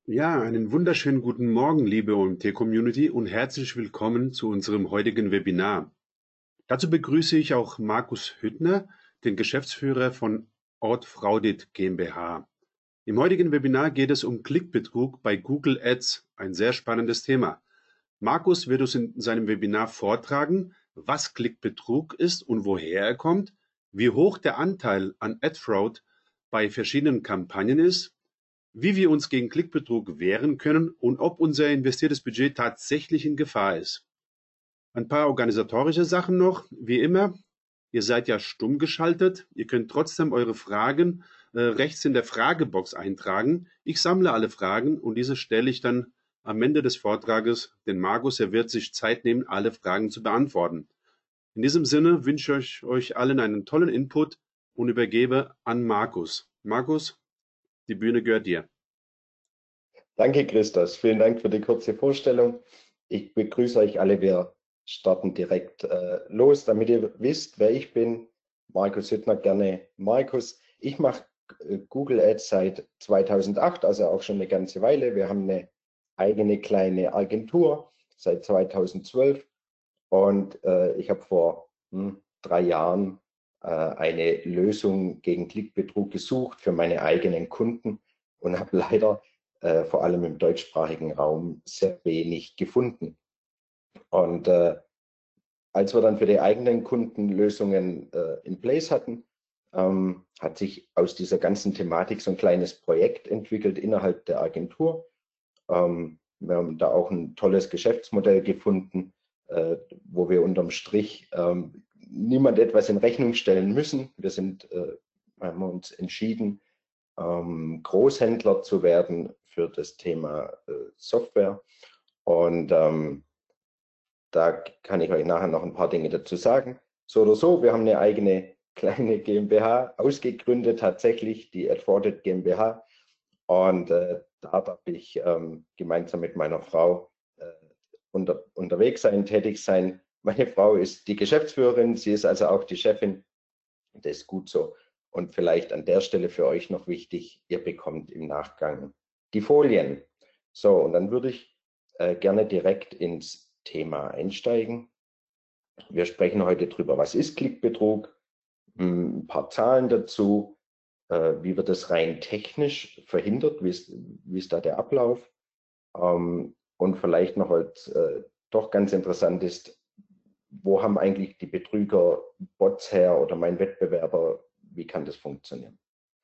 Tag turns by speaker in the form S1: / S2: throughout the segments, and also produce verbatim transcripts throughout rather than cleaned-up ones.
S1: Ja, einen wunderschönen guten Morgen, liebe O M T-Community, und herzlich willkommen zu unserem heutigen Webinar. Dazu begrüße ich auch Markus Hüttner, den Geschäftsführer von Ort Fraudit GmbH. Im heutigen Webinar geht es um Klickbetrug bei Google Ads, ein sehr spannendes Thema. Markus wird uns in seinem Webinar vortragen, was Klickbetrug ist und woher er kommt, wie hoch der Anteil an Ad-Fraud bei verschiedenen Kampagnen ist, wie wir uns gegen Klickbetrug wehren können und ob unser investiertes Budget tatsächlich in Gefahr ist. Ein paar organisatorische Sachen noch, wie immer. Ihr seid ja stumm geschaltet. Ihr könnt trotzdem eure Fragen äh, rechts in der Fragebox eintragen. Ich sammle alle Fragen und diese stelle ich dann am Ende des Vortrages den Markus. Er wird sich Zeit nehmen, alle Fragen zu beantworten. In diesem Sinne wünsche ich euch allen einen tollen Input und übergebe an Markus. Markus, die Bühne gehört dir.
S2: Danke, Christos. Vielen Dank für die kurze Vorstellung. Ich begrüße euch alle. Wir starten direkt äh, los, damit ihr wisst, wer ich bin. Markus Hüttner, gerne Markus. Ich mache äh, Google Ads seit zweitausendacht, also auch schon eine ganze Weile. Wir haben eine eigene kleine Agentur seit zweitausendzwölf und äh, ich habe vor hm, drei Jahren äh, eine Lösung gegen Klickbetrug gesucht für meine eigenen Kunden und habe leider äh, vor allem im deutschsprachigen Raum sehr wenig gefunden. Und äh, als wir dann für die eigenen Kunden Lösungen äh, in place hatten, ähm, hat sich aus dieser ganzen Thematik so ein kleines Projekt entwickelt innerhalb der Agentur. Ähm, wir haben da auch ein tolles Geschäftsmodell gefunden, äh, wo wir unterm Strich ähm, niemand etwas in Rechnung stellen müssen. Wir sind, äh, haben uns entschieden, ähm, Großhändler zu werden für das Thema äh, Software. Und ähm, da kann ich euch nachher noch ein paar Dinge dazu sagen. So oder so, wir haben eine eigene kleine GmbH ausgegründet, tatsächlich die Adforded GmbH. Und äh, da darf ich ähm, gemeinsam mit meiner Frau äh, unter, unterwegs sein, tätig sein. Meine Frau ist die Geschäftsführerin, sie ist also auch die Chefin. Das ist gut so. Und vielleicht an der Stelle für euch noch wichtig, ihr bekommt im Nachgang die Folien. So, und dann würde ich äh, gerne direkt ins Thema einsteigen. Wir sprechen heute darüber, was ist Klickbetrug, ein paar Zahlen dazu, äh, wie wird es rein technisch verhindert, wie ist, wie ist da der Ablauf, ähm, und vielleicht noch als äh, doch ganz interessant ist, wo haben eigentlich die Betrüger Bots her oder mein Wettbewerber, wie kann das funktionieren?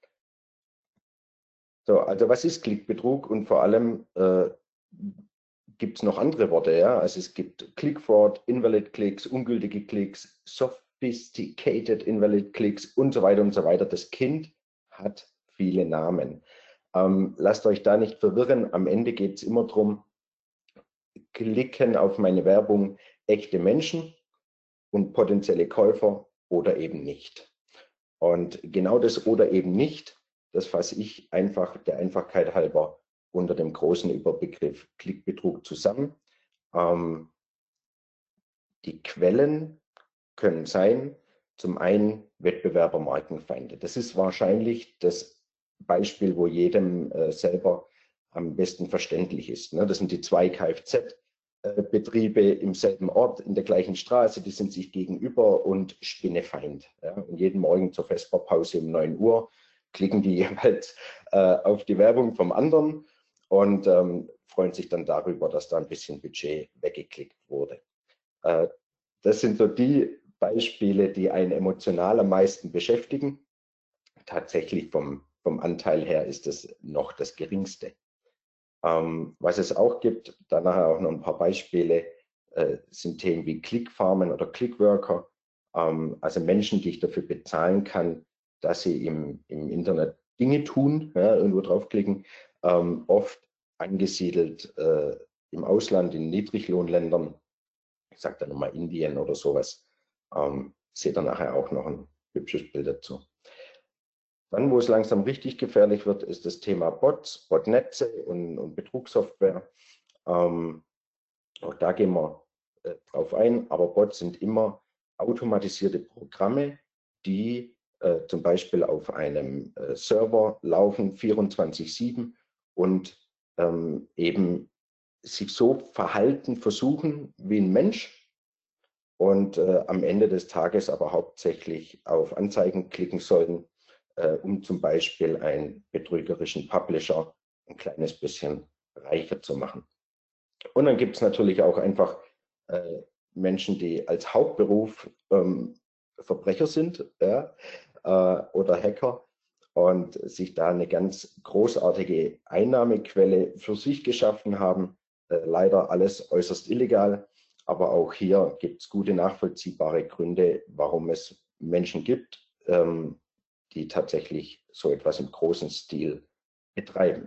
S2: So, also was ist Klickbetrug und vor allem äh, gibt es noch andere Worte, ja? Also es gibt Click-Fraud, Invalid Clicks, ungültige Klicks, Sophisticated Invalid Clicks und so weiter und so weiter. Das Kind hat viele Namen. Ähm, lasst euch da nicht verwirren. Am Ende geht es immer darum, klicken auf meine Werbung echte Menschen und potenzielle Käufer oder eben nicht. Und genau das oder eben nicht, das fasse ich einfach der Einfachkeit halber unter dem großen Überbegriff Klickbetrug zusammen. Ähm, die Quellen können sein, zum einen Wettbewerber, Markenfeinde. Das ist wahrscheinlich das Beispiel, wo jedem äh, selber am besten verständlich ist. Ne? Das sind die zwei Kfz-Betriebe im selben Ort, in der gleichen Straße, die sind sich gegenüber und Spinnefeind. Ja? Und jeden Morgen zur Vesperpause um neun Uhr klicken die jeweils äh, auf die Werbung vom anderen und ähm, freuen sich dann darüber, dass da ein bisschen Budget weggeklickt wurde. Äh, das sind so die Beispiele, die einen emotional am meisten beschäftigen. Tatsächlich vom, vom Anteil her ist es noch das geringste. Ähm, was es auch gibt, danach auch noch ein paar Beispiele, äh, sind Themen wie Clickfarmen oder Clickworker, ähm, also Menschen, die ich dafür bezahlen kann, dass sie im, im Internet Dinge tun, ja, irgendwo draufklicken, ähm, oft angesiedelt äh, im Ausland, in Niedriglohnländern, ich sage da nochmal Indien oder sowas. Ähm, seht ihr nachher auch noch ein hübsches Bild dazu. Dann, wo es langsam richtig gefährlich wird, ist das Thema Bots, Botnetze und, und Betrugssoftware. Ähm, auch da gehen wir äh, drauf ein, aber Bots sind immer automatisierte Programme, die äh, zum Beispiel auf einem äh, Server laufen, vierundzwanzig sieben und ähm, eben sich so verhalten versuchen wie ein Mensch und äh, am Ende des Tages aber hauptsächlich auf Anzeigen klicken sollen, äh, um zum Beispiel einen betrügerischen Publisher ein kleines bisschen reicher zu machen. Und dann gibt es natürlich auch einfach äh, Menschen, die als Hauptberuf ähm, Verbrecher sind, ja, äh, oder Hacker und sich da eine ganz großartige Einnahmequelle für sich geschaffen haben. Äh, leider alles äußerst illegal, aber auch hier gibt es gute nachvollziehbare Gründe, warum es Menschen gibt, ähm, die tatsächlich so etwas im großen Stil betreiben.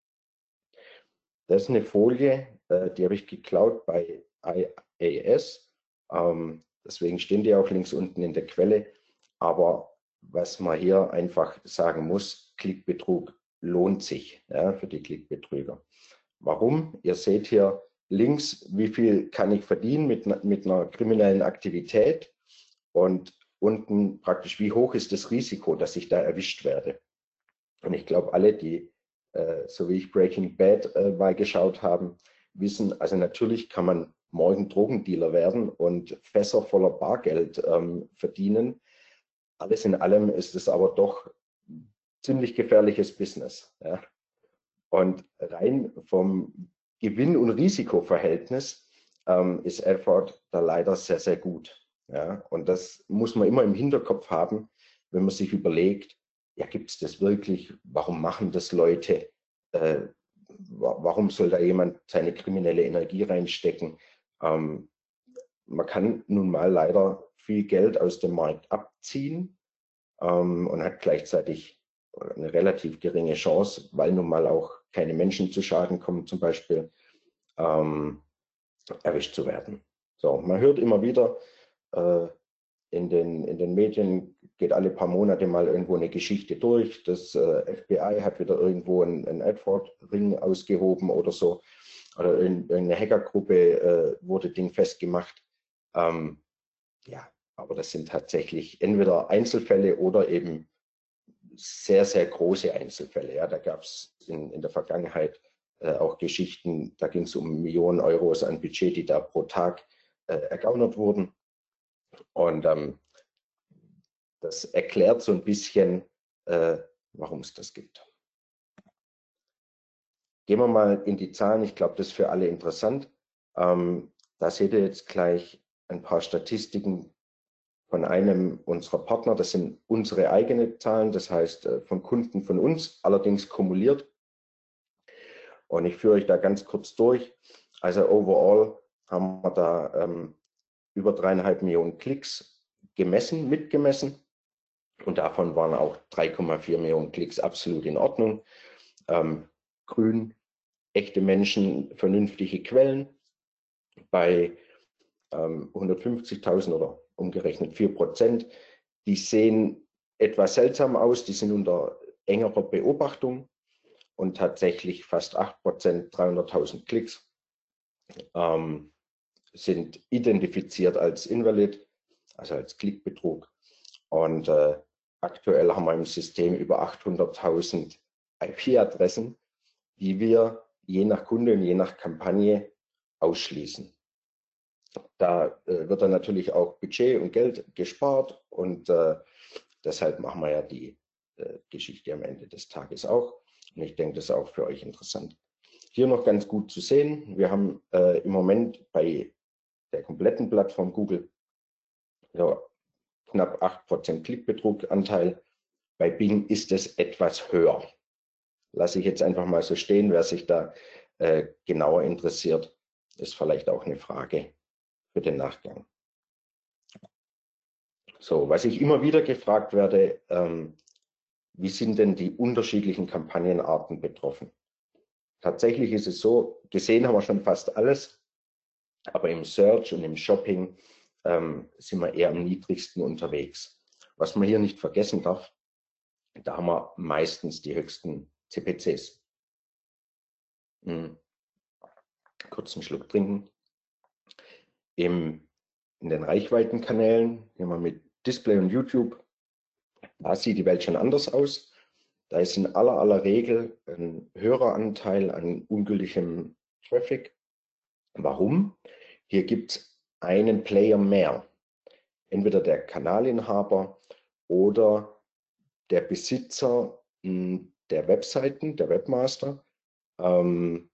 S2: Das ist eine Folie, äh, die habe ich geklaut bei I A S. Ähm, deswegen stehen die auch links unten in der Quelle. Aber was man hier einfach sagen muss, Klickbetrug lohnt sich, ja, für die Klickbetrüger. Warum? Ihr seht hier links, wie viel kann ich verdienen mit, mit einer kriminellen Aktivität und unten praktisch, wie hoch ist das Risiko, dass ich da erwischt werde. Und ich glaube, alle, die äh, so wie ich Breaking Bad äh, mal geschaut haben, wissen, also natürlich kann man morgen Drogendealer werden und Fässer voller Bargeld ähm, verdienen. Alles in allem ist es aber doch ziemlich gefährliches Business. Ja. Und rein vom Gewinn- und Risikoverhältnis ähm, ist Effort da leider sehr, sehr gut. Ja. Und das muss man immer im Hinterkopf haben, wenn man sich überlegt, ja, gibt es das wirklich? Warum machen das Leute? Äh, warum soll da jemand seine kriminelle Energie reinstecken? Ähm, man kann nun mal leider viel Geld aus dem Markt abziehen ähm, und hat gleichzeitig eine relativ geringe Chance, weil nun mal auch keine Menschen zu Schaden kommen, zum Beispiel, ähm, erwischt zu werden. So, man hört immer wieder, äh, in den, in den Medien geht alle paar Monate mal irgendwo eine Geschichte durch. Das äh, F B I hat wieder irgendwo einen, einen Edward-Ring ausgehoben oder so. Oder irgendeine Hackergruppe äh, wurde Ding festgemacht. Ähm, ja, aber das sind tatsächlich entweder Einzelfälle oder eben sehr, sehr große Einzelfälle. Ja, da gab es in, in der Vergangenheit äh, auch Geschichten, da ging es um Millionen Euros an Budget, die da pro Tag äh, ergaunert wurden. Und ähm, das erklärt so ein bisschen, äh, warum es das gibt. Gehen wir mal in die Zahlen. Ich glaube, das ist für alle interessant. Ähm, da seht ihr jetzt gleich ein paar Statistiken von einem unserer Partner. Das sind unsere eigenen Zahlen, das heißt äh, von Kunden von uns, allerdings kumuliert. Und ich führe euch da ganz kurz durch. Also overall haben wir da ähm, über dreieinhalb Millionen Klicks gemessen, mitgemessen. Und davon waren auch drei Komma vier Millionen Klicks absolut in Ordnung. Ähm, grün, echte Menschen, vernünftige Quellen. Bei ähm, hundertfünfzigtausend oder umgerechnet vier Prozent, die sehen etwas seltsam aus, die sind unter engerer Beobachtung und tatsächlich fast acht Prozent, dreihunderttausend Klicks, ähm, sind identifiziert als Invalid, also als Klickbetrug. Und äh, aktuell haben wir im System über achthunderttausend I P-Adressen, die wir je nach Kunde und je nach Kampagne ausschließen. Da äh, wird dann natürlich auch Budget und Geld gespart und äh, deshalb machen wir ja die äh, Geschichte am Ende des Tages auch. Und ich denke, das ist auch für euch interessant. Hier noch ganz gut zu sehen, wir haben äh, im Moment bei der kompletten Plattform Google ja, knapp acht Prozent Klickbetruganteil. Bei Bing ist es etwas höher. Lasse ich jetzt einfach mal so stehen. Wer sich da äh, genauer interessiert, ist vielleicht auch eine Frage für den Nachgang. So, was ich immer wieder gefragt werde, ähm, wie sind denn die unterschiedlichen Kampagnenarten betroffen? Tatsächlich ist es so, gesehen haben wir schon fast alles, aber im Search und im Shopping ähm, sind wir eher am niedrigsten unterwegs. Was man hier nicht vergessen darf, da haben wir meistens die höchsten C P Cs. Hm. Kurz einen Schluck trinken. Im, in den Reichweitenkanälen, hier mal mit Display und YouTube, da sieht die Welt schon anders aus. Da ist in aller aller Regel ein höherer Anteil an ungültigem Traffic. Warum? Hier gibt es einen Player mehr. Entweder der Kanalinhaber oder der Besitzer mh, der Webseiten, der Webmaster, ähm,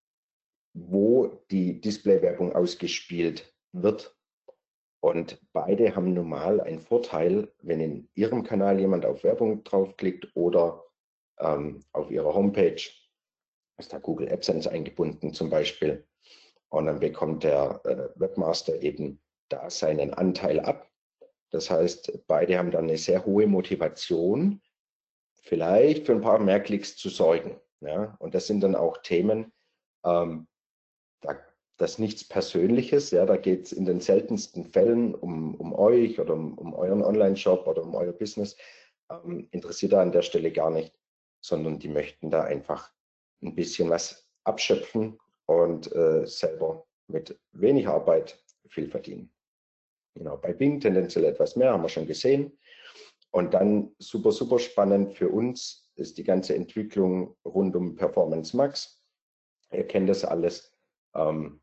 S2: wo die Display-Werbung ausgespielt wird. Und beide haben normal einen Vorteil, wenn in ihrem Kanal jemand auf Werbung draufklickt oder ähm, auf ihrer Homepage ist da Google AdSense eingebunden zum Beispiel. Und dann bekommt der äh, Webmaster eben da seinen Anteil ab. Das heißt, beide haben dann eine sehr hohe Motivation, vielleicht für ein paar mehr Klicks zu sorgen. Ja? Und das sind dann auch Themen, ähm, da, das ist nichts Persönliches. Ja? Da geht es in den seltensten Fällen um, um euch oder um, um euren Online-Shop oder um euer Business. Ähm, interessiert da an der Stelle gar nicht, sondern die möchten da einfach ein bisschen was abschöpfen und äh, selber mit wenig Arbeit viel verdienen. Genau, bei Bing tendenziell etwas mehr, haben wir schon gesehen. Und dann super, super spannend für uns ist die ganze Entwicklung rund um Performance Max. Ihr kennt das alles. Ähm,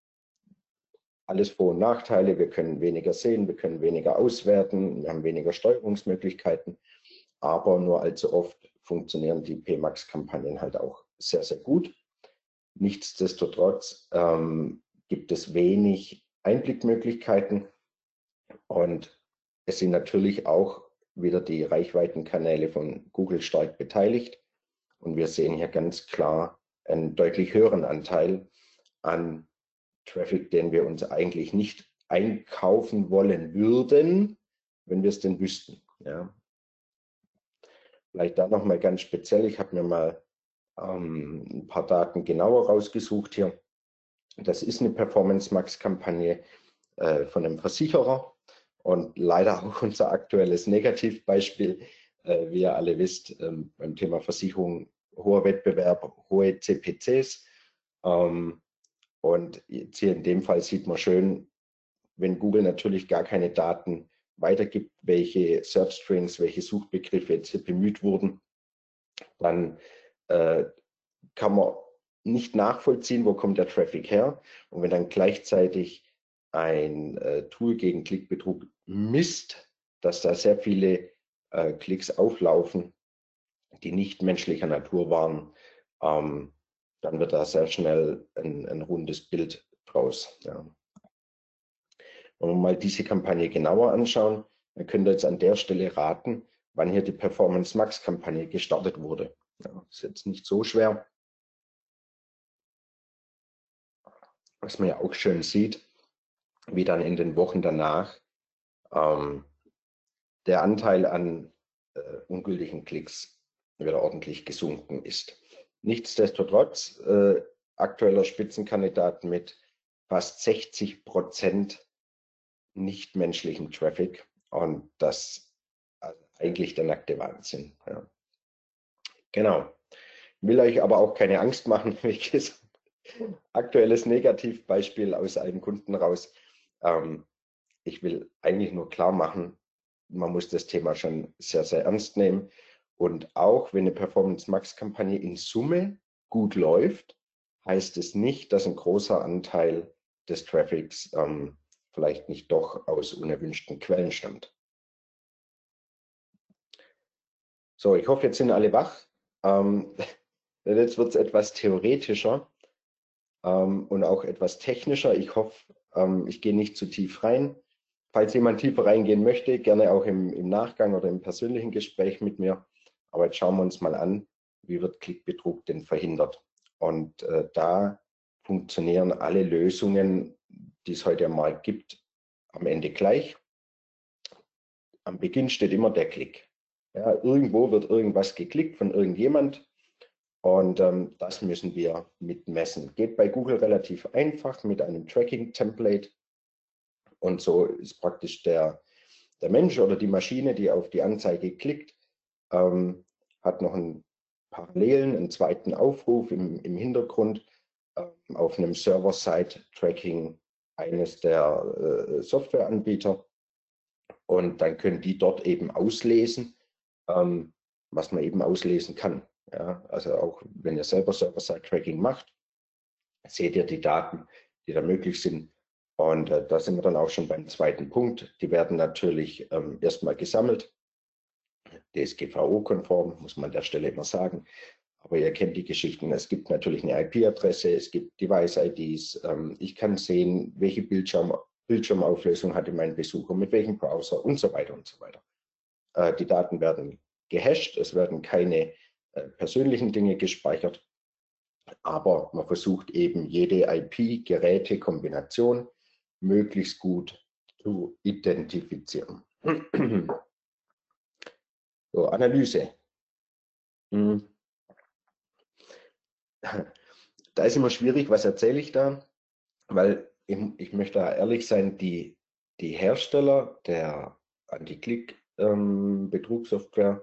S2: alles Vor- und Nachteile. Wir können weniger sehen, wir können weniger auswerten, wir haben weniger Steuerungsmöglichkeiten. Aber nur allzu oft funktionieren die P MAX-Kampagnen halt auch sehr, sehr gut. Nichtsdestotrotz ähm, gibt es wenig Einblickmöglichkeiten und es sind natürlich auch wieder die Reichweitenkanäle von Google stark beteiligt. Und wir sehen hier ganz klar einen deutlich höheren Anteil an Traffic, den wir uns eigentlich nicht einkaufen wollen würden, wenn wir es denn wüssten. Ja. Vielleicht da nochmal ganz speziell, ich habe mir mal ähm, ein paar Daten genauer rausgesucht hier. Das ist eine Performance Max-Kampagne äh, von einem Versicherer und leider auch unser aktuelles Negativbeispiel. Äh, wie ihr alle wisst, ähm, beim Thema Versicherung hoher Wettbewerb, hohe C P Cs. Ähm, und jetzt hier in dem Fall sieht man schön, wenn Google natürlich gar keine Daten weitergibt, welche Search Strings, welche Suchbegriffe jetzt bemüht wurden, dann äh, kann man nicht nachvollziehen, wo kommt der Traffic her. Und wenn dann gleichzeitig ein äh, Tool gegen Klickbetrug misst, dass da sehr viele äh, Klicks auflaufen, die nicht menschlicher Natur waren, ähm, dann wird da sehr schnell ein, ein rundes Bild draus. Ja. Wenn wir mal diese Kampagne genauer anschauen, dann könnt ihr jetzt an der Stelle raten, wann hier die Performance Max Kampagne gestartet wurde. Ja, ist jetzt nicht so schwer. Was man ja auch schön sieht, wie dann in den Wochen danach ähm, der Anteil an äh, ungültigen Klicks wieder ordentlich gesunken ist. Nichtsdestotrotz, äh, aktueller Spitzenkandidat mit fast sechzig Prozent nichtmenschlichem Traffic und das also eigentlich der nackte Wahnsinn. Ja. Genau. Will euch aber auch keine Angst machen, welches aktuelles Negativbeispiel aus einem Kunden raus. Ähm, ich will eigentlich nur klar machen, man muss das Thema schon sehr, sehr ernst nehmen. Und auch wenn eine Performance Max Kampagne in Summe gut läuft, heißt es nicht, dass ein großer Anteil des Traffics ähm, vielleicht nicht doch aus unerwünschten Quellen stammt. So, ich hoffe, jetzt sind alle wach. Ähm, jetzt wird es etwas theoretischer ähm, und auch etwas technischer. Ich hoffe, ähm, ich gehe nicht zu tief rein. Falls jemand tiefer reingehen möchte, gerne auch im, im Nachgang oder im persönlichen Gespräch mit mir. Aber jetzt schauen wir uns mal an, wie wird Klickbetrug denn verhindert? Und äh, da funktionieren alle Lösungen, die es heute am Markt gibt, am Ende gleich. Am Beginn steht immer der Klick. Ja, irgendwo wird irgendwas geklickt von irgendjemand und ähm, das müssen wir mitmessen. Geht bei Google relativ einfach mit einem Tracking-Template und so ist praktisch der, der Mensch oder die Maschine, die auf die Anzeige klickt, ähm, hat noch einen parallelen, einen zweiten Aufruf im, im Hintergrund ähm, auf einem Server-Side-Tracking eines der äh, Softwareanbieter. Und dann können die dort eben auslesen, ähm, was man eben auslesen kann. Ja, also auch wenn ihr selber Server-Side-Tracking macht, seht ihr die Daten, die da möglich sind. Und äh, da sind wir dann auch schon beim zweiten Punkt. Die werden natürlich ähm, erstmal gesammelt, D S G V O-konform, muss man an der Stelle immer sagen. Aber ihr kennt die Geschichten. Es gibt natürlich eine I P-Adresse, es gibt Device-I Ds. Ähm, ich kann sehen, welche Bildschirm, Bildschirmauflösung hatte mein Besucher, mit welchem Browser und so weiter und so weiter. Äh, die Daten werden gehasht, es werden keine äh, persönlichen Dinge gespeichert, aber man versucht eben jede I P-Geräte-Kombination möglichst gut zu identifizieren. So, Analyse. Hm. Da ist immer schwierig, was erzähle ich da, weil ich, ich möchte da ehrlich sein, die, die Hersteller der Anti-Click-Betrugssoftware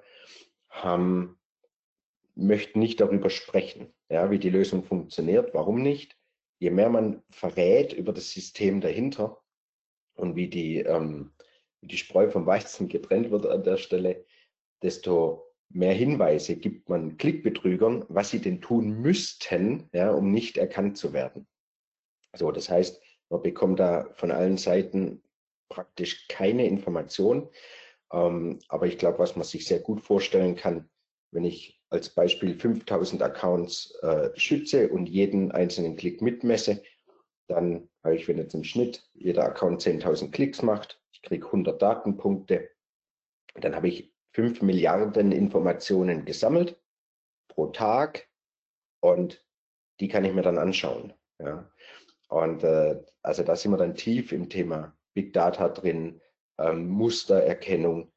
S2: ähm, möchten nicht darüber sprechen, ja, wie die Lösung funktioniert. Warum nicht? Je mehr man verrät über das System dahinter und wie die, ähm, wie die Spreu vom Weizen getrennt wird an der Stelle, desto mehr Hinweise gibt man Klickbetrügern, was sie denn tun müssten, ja, um nicht erkannt zu werden. So, das heißt, man bekommt da von allen Seiten praktisch keine Information. Ähm, aber ich glaube, was man sich sehr gut vorstellen kann, wenn ich als Beispiel fünftausend Accounts äh, schütze und jeden einzelnen Klick mitmesse, dann habe ich, wenn jetzt im Schnitt jeder Account zehntausend Klicks macht, ich kriege hundert Datenpunkte, dann habe ich fünf Milliarden Informationen gesammelt pro Tag und die kann ich mir dann anschauen. Ja. Und äh, also da sind wir dann tief im Thema Big Data drin, ähm, Mustererkennung.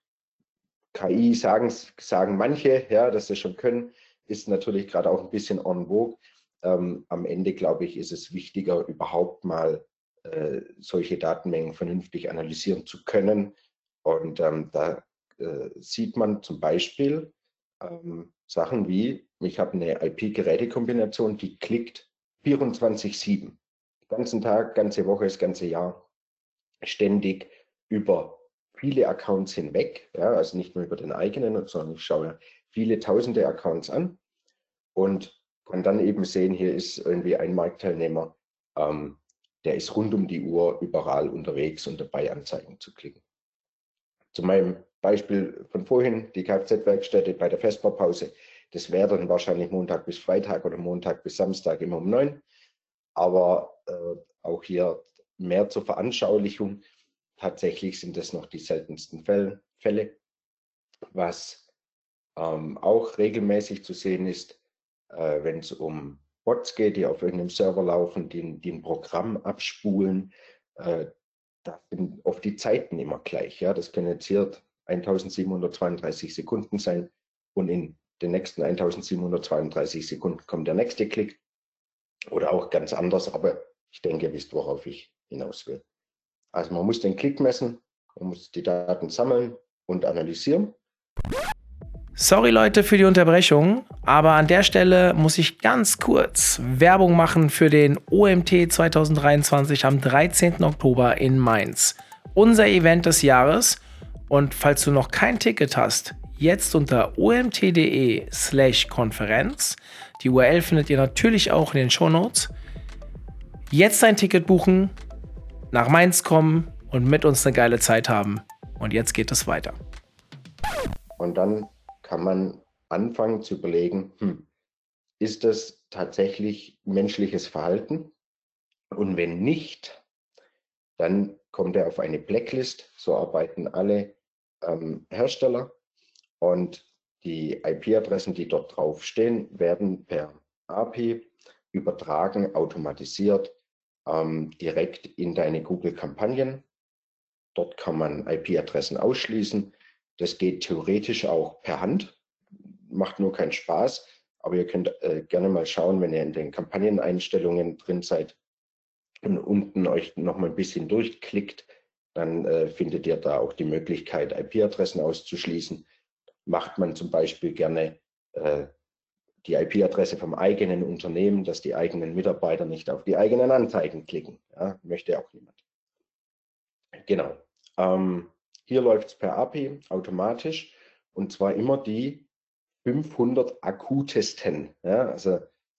S2: K I sagen, sagen manche, ja, dass sie schon können, ist natürlich gerade auch ein bisschen en vogue. Ähm, am Ende, glaube ich, ist es wichtiger, überhaupt mal äh, solche Datenmengen vernünftig analysieren zu können. Und ähm, da äh, sieht man zum Beispiel ähm, Sachen wie, ich habe eine I P-Gerätekombination, die klickt vierundzwanzig sieben. Den ganzen Tag, ganze Woche, das ganze Jahr, ständig über viele Accounts hinweg, ja, also nicht nur über den eigenen, sondern ich schaue viele tausende Accounts an und kann dann eben sehen, hier ist irgendwie ein Marktteilnehmer, ähm, der ist rund um die Uhr überall unterwegs und dabei, Anzeigen zu klicken. Zu meinem Beispiel von vorhin, die Kfz-Werkstätte bei der Vesperpause, das wäre dann wahrscheinlich Montag bis Freitag oder Montag bis Samstag immer um neun. Aber äh, auch hier mehr zur Veranschaulichung. Tatsächlich sind das noch die seltensten Fälle. Fälle. Was ähm, auch regelmäßig zu sehen ist, äh, wenn es um Bots geht, die auf irgendeinem Server laufen, die, die ein Programm abspulen, äh, da sind oft die Zeiten immer gleich. Ja? Das können jetzt hier eintausendsiebenhundertzweiunddreißig Sekunden sein und in den nächsten eintausendsiebenhundertzweiunddreißig Sekunden kommt der nächste Klick oder auch ganz anders, aber ich denke, ihr wisst, worauf ich hinaus will. Also man muss den Klick messen, man muss die Daten sammeln und analysieren.
S3: Sorry Leute für die Unterbrechung, aber an der Stelle muss ich ganz kurz Werbung machen für den O M T zwanzig dreiundzwanzig am dreizehnten Oktober in Mainz. Unser Event des Jahres, und falls du noch kein Ticket hast, jetzt unter omt.de slash Konferenz. Die U R L findet ihr natürlich auch in den Shownotes. Jetzt ein Ticket buchen, nach Mainz kommen und mit uns eine geile Zeit haben. Und jetzt geht es weiter.
S2: Und dann kann man anfangen zu überlegen, hm, ist das tatsächlich menschliches Verhalten? Und wenn nicht, dann kommt er auf eine Blacklist. So arbeiten alle ähm, Hersteller. Und die I P-Adressen, die dort draufstehen, werden per A P I übertragen, automatisiert, ähm, direkt in deine Google-Kampagnen. Dort kann man I P-Adressen ausschließen. Das geht theoretisch auch per Hand, macht nur keinen Spaß. Aber ihr könnt äh, gerne mal schauen, wenn ihr in den Kampagneneinstellungen drin seid und unten euch noch mal ein bisschen durchklickt, dann äh, findet ihr da auch die Möglichkeit, I P-Adressen auszuschließen. Macht man zum Beispiel gerne äh, die I P-Adresse vom eigenen Unternehmen, dass die eigenen Mitarbeiter nicht auf die eigenen Anzeigen klicken. Ja, möchte auch niemand. Genau. Ähm, hier läuft es per A P I automatisch und zwar immer die fünfhundert akutesten. Ja, also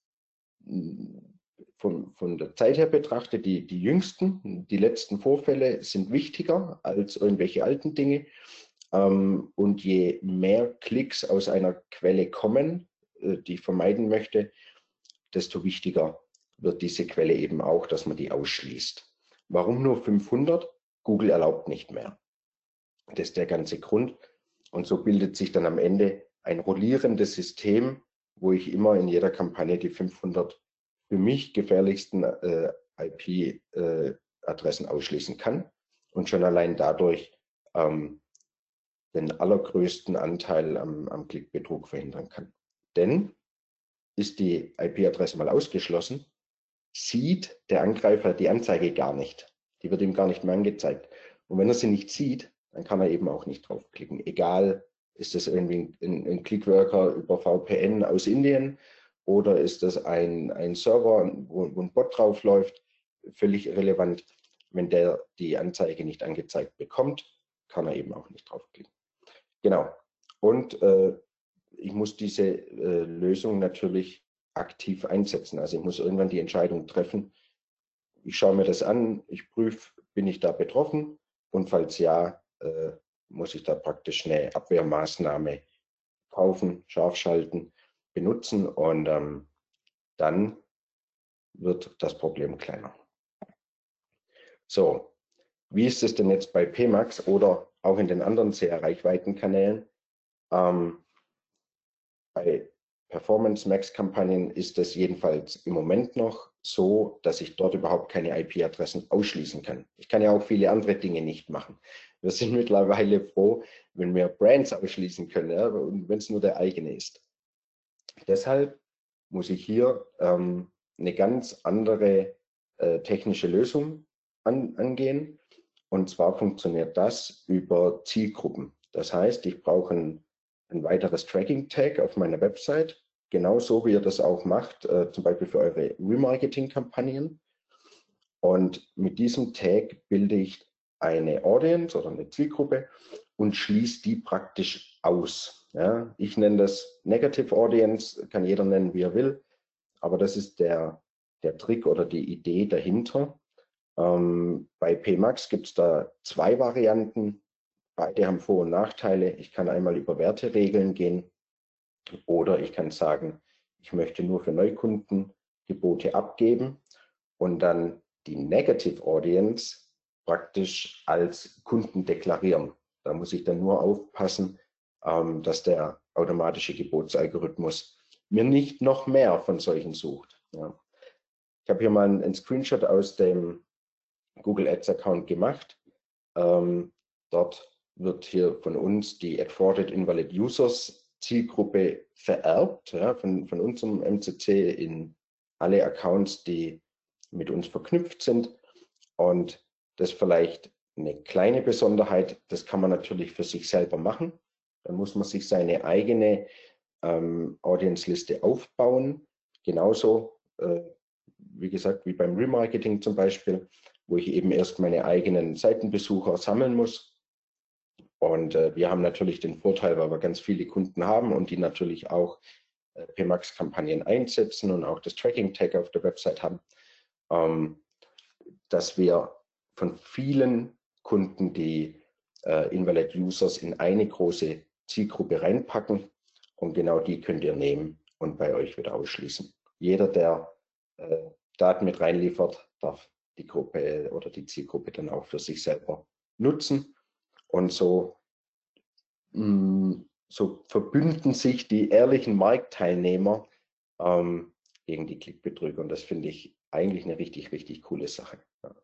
S2: von, von der Zeit her betrachtet, die, die jüngsten, die letzten Vorfälle sind wichtiger als irgendwelche alten Dinge. Ähm, und je mehr Klicks aus einer Quelle kommen, äh, die ich vermeiden möchte, desto wichtiger wird diese Quelle eben auch, dass man die ausschließt. Warum nur fünfhundert? Google erlaubt nicht mehr. Das ist der ganze Grund. Und so bildet sich dann am Ende ein rollierendes System, wo ich immer in jeder Kampagne die fünfhundert für mich gefährlichsten äh, I P-Adressen äh, ausschließen kann und schon allein dadurch ähm, den allergrößten Anteil am, am Klickbetrug verhindern kann. Denn ist die I P-Adresse mal ausgeschlossen, sieht der Angreifer die Anzeige gar nicht. Die wird ihm gar nicht mehr angezeigt. Und wenn er sie nicht sieht, dann kann er eben auch nicht draufklicken. Egal, ist das irgendwie ein, ein Clickworker über V P N aus Indien oder ist das ein, ein Server, wo, wo ein Bot drauf läuft, völlig irrelevant. Wenn der die Anzeige nicht angezeigt bekommt, kann er eben auch nicht draufklicken. Genau. Und äh, ich muss diese äh, Lösung natürlich aktiv einsetzen. Also ich muss irgendwann die Entscheidung treffen. Ich schaue mir das an, ich prüfe, bin ich da betroffen? Und falls ja, äh, muss ich da praktisch eine Abwehrmaßnahme kaufen, scharf schalten, benutzen und ähm, dann wird das Problem kleiner. So, wie ist es denn jetzt bei P MAX oder auch in den anderen sehr Reichweitenkanälen? Ähm, bei Performance Max Kampagnen ist es jedenfalls im Moment noch so, dass ich dort überhaupt keine I P-Adressen ausschließen kann. Ich kann ja auch viele andere Dinge nicht machen. Wir sind mittlerweile froh, wenn wir Brands ausschließen können, ja, und wenn es nur der eigene ist. Deshalb muss ich hier ähm, eine ganz andere äh, technische Lösung an, angehen. Und zwar funktioniert das über Zielgruppen. Das heißt, ich brauche ein, ein weiteres Tracking-Tag auf meiner Website, genauso wie ihr das auch macht, äh, zum Beispiel für eure Remarketing-Kampagnen. Und mit diesem Tag bilde ich eine Audience oder eine Zielgruppe und schließe die praktisch aus. Ja, ich nenne das Negative Audience, kann jeder nennen, wie er will, aber das ist der, der Trick oder die Idee dahinter. Ähm, bei P MAX gibt es da zwei Varianten. Beide haben Vor- und Nachteile. Ich kann einmal über Werteregeln gehen oder ich kann sagen, ich möchte nur für Neukunden Gebote abgeben und dann die Negative Audience praktisch als Kunden deklarieren. Da muss ich dann nur aufpassen, ähm, dass der automatische Gebotsalgorithmus mir nicht noch mehr von solchen sucht. Ja. Ich habe hier mal einen, einen Screenshot aus dem Google Ads Account gemacht. Ähm, dort wird hier von uns die At Frauded Invalid Users Zielgruppe vererbt, ja, von, von unserem M C C in alle Accounts, die mit uns verknüpft sind. Und das vielleicht eine kleine Besonderheit, das kann man natürlich für sich selber machen. Dann muss man sich seine eigene ähm, Audience-Liste aufbauen. Genauso, äh, wie gesagt, wie beim Remarketing zum Beispiel, wo ich eben erst meine eigenen Seitenbesucher sammeln muss. Und äh, wir haben natürlich den Vorteil, weil wir ganz viele Kunden haben und die natürlich auch äh, P MAX-Kampagnen einsetzen und auch das Tracking-Tag auf der Website haben, ähm, dass wir von vielen Kunden die äh, Invalid Users in eine große Zielgruppe reinpacken und genau die könnt ihr nehmen und bei euch wieder ausschließen. Jeder, der äh, Daten mit reinliefert, darf die Gruppe oder die Zielgruppe dann auch für sich selber nutzen und so, mh, so verbünden sich die ehrlichen Marktteilnehmer ähm, gegen die Klickbetrüger und das finde ich eigentlich eine richtig, richtig coole Sache. Ja.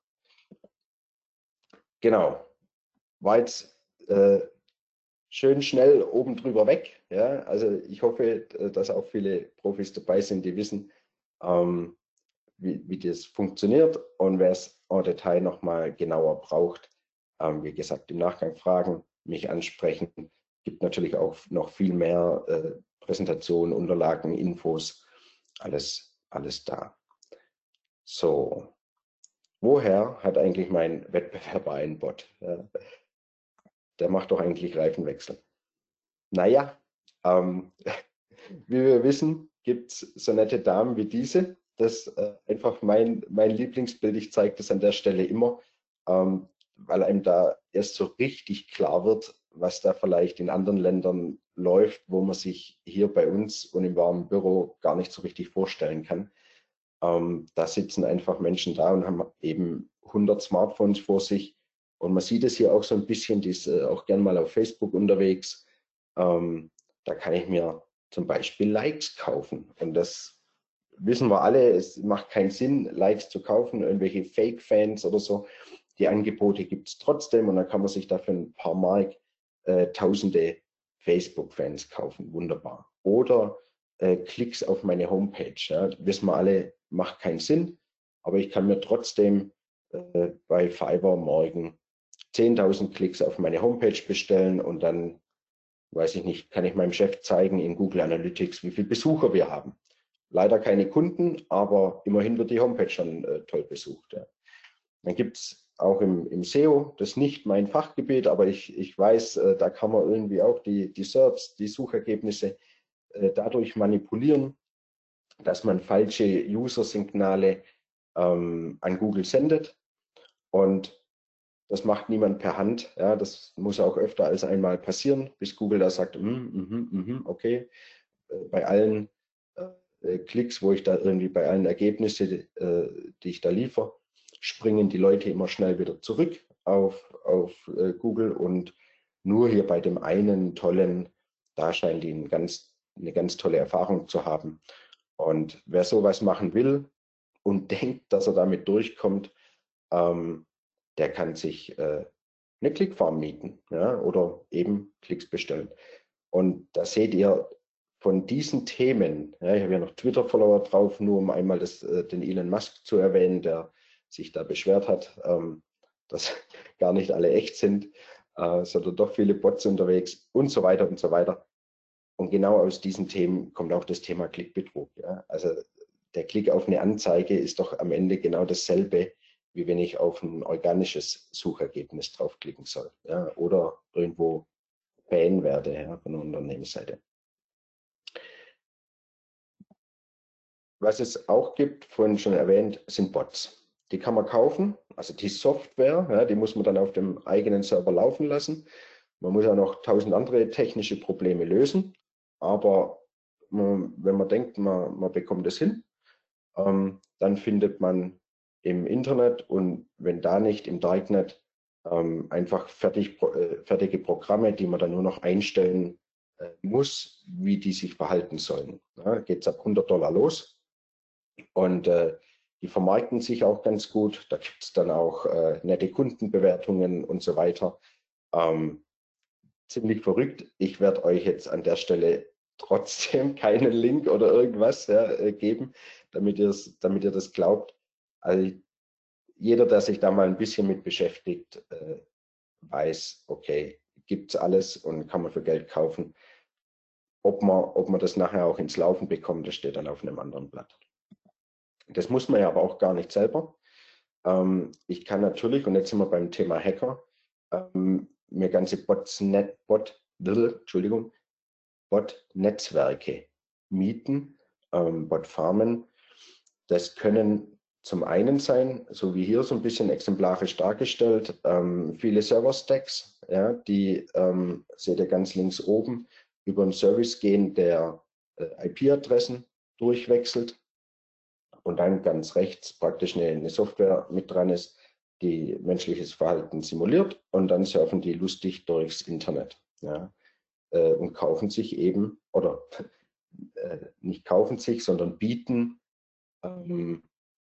S2: Genau, war jetzt äh, schön schnell oben drüber weg. Ja? Also ich hoffe, dass auch viele Profis dabei sind, die wissen, ähm, wie, wie das funktioniert und wer es en Detail nochmal genauer braucht, ähm, wie gesagt, im Nachgang fragen, mich ansprechen. Gibt natürlich auch noch viel mehr äh, Präsentationen, Unterlagen, Infos, alles, alles da. So, woher hat eigentlich mein Wettbewerber einen Bot? Ja, der macht doch eigentlich Reifenwechsel. Naja, ähm, Wie wir wissen, gibt es so nette Damen wie diese. Das ist äh, einfach mein, mein Lieblingsbild. Ich zeige das an der Stelle immer, ähm, weil einem da erst so richtig klar wird, was da vielleicht in anderen Ländern läuft, wo man sich hier bei uns und im warmen Büro gar nicht so richtig vorstellen kann. Ähm, da sitzen einfach Menschen da und haben eben hundert Smartphones vor sich. Und man sieht es hier auch so ein bisschen, die ist äh, auch gern mal auf Facebook unterwegs. Ähm, da kann ich mir zum Beispiel Likes kaufen. Und das wissen wir alle, es macht keinen Sinn, Likes zu kaufen, irgendwelche Fake-Fans oder so. Die Angebote gibt es trotzdem und dann kann man sich dafür ein paar Mark äh, tausende Facebook-Fans kaufen. Wunderbar. Oder äh, Klicks auf meine Homepage. Ja, wissen wir alle, macht keinen Sinn, aber ich kann mir trotzdem äh, bei Fiverr morgen zehntausend Klicks auf meine Homepage bestellen und dann, weiß ich nicht, kann ich meinem Chef zeigen in Google Analytics, wie viele Besucher wir haben. Leider keine Kunden, aber immerhin wird die Homepage schon äh, toll besucht. Ja. Dann gibt es auch im, im S E O, das ist nicht mein Fachgebiet, aber ich, ich weiß, äh, da kann man irgendwie auch die, die S E R Ps, die Suchergebnisse äh, dadurch manipulieren, dass man falsche User-Signale ähm, an Google sendet. Und das macht niemand per Hand. Ja, das muss auch öfter als einmal passieren, bis Google da sagt, mm, mm, mm, okay, äh, bei allen äh, Klicks, wo ich da irgendwie bei allen Ergebnissen, äh, die ich da liefere, springen die Leute immer schnell wieder zurück auf, auf äh, Google und nur hier bei dem einen tollen, da scheinen die ein ganz, eine ganz tolle Erfahrung zu haben. Und wer sowas machen will und denkt, dass er damit durchkommt, ähm, der kann sich äh, eine Klickfarm mieten, ja, oder eben Klicks bestellen. Und da seht ihr von diesen Themen, ja, ich habe ja noch Twitter-Follower drauf, nur um einmal das, äh, den Elon Musk zu erwähnen, der sich da beschwert hat, ähm, dass gar nicht alle echt sind, äh, sondern doch viele Bots unterwegs und so weiter und so weiter. Und genau aus diesen Themen kommt auch das Thema Klickbetrug. Ja. Also der Klick auf eine Anzeige ist doch am Ende genau dasselbe, wie wenn ich auf ein organisches Suchergebnis draufklicken soll. Ja, oder irgendwo Fan werde, ja, von der Unternehmensseite. Was es auch gibt, vorhin schon erwähnt, sind Bots. Die kann man kaufen, also die Software, ja, die muss man dann auf dem eigenen Server laufen lassen. Man muss auch noch tausend andere technische Probleme lösen, aber man, wenn man denkt, man, man bekommt das hin, ähm, dann findet man im Internet und wenn da nicht im Darknet ähm, einfach fertig, äh, fertige Programme, die man dann nur noch einstellen äh, muss, wie die sich verhalten sollen. Ja, geht es ab hundert Dollar los. Und äh, die vermarkten sich auch ganz gut. Da gibt es dann auch äh, nette Kundenbewertungen und so weiter. Ähm, ziemlich verrückt. Ich werde euch jetzt an der Stelle trotzdem keinen Link oder irgendwas ja, äh, geben, damit, damit ihr das glaubt. Also jeder, der sich da mal ein bisschen mit beschäftigt, äh, weiß, okay, gibt es alles und kann man für Geld kaufen. Ob man, ob man das nachher auch ins Laufen bekommt, das steht dann auf einem anderen Blatt. Das muss man ja aber auch gar nicht selber. Ähm, ich kann natürlich, und jetzt sind wir beim Thema Hacker, ähm, mir ganze Bots, Net, Bot, Entschuldigung, Bot-Netzwerke mieten, ähm, Bot-Farmen. Das können zum einen sein, so wie hier so ein bisschen exemplarisch dargestellt, ähm, viele Server-Stacks, ja, die ähm, seht ihr ganz links oben, über einen Service gehen, der äh, I P-Adressen durchwechselt und dann ganz rechts praktisch eine, eine Software mit dran ist, die menschliches Verhalten simuliert und dann surfen die lustig durchs Internet. Ja, äh, und kaufen sich eben, oder äh, nicht kaufen sich, sondern bieten, ähm,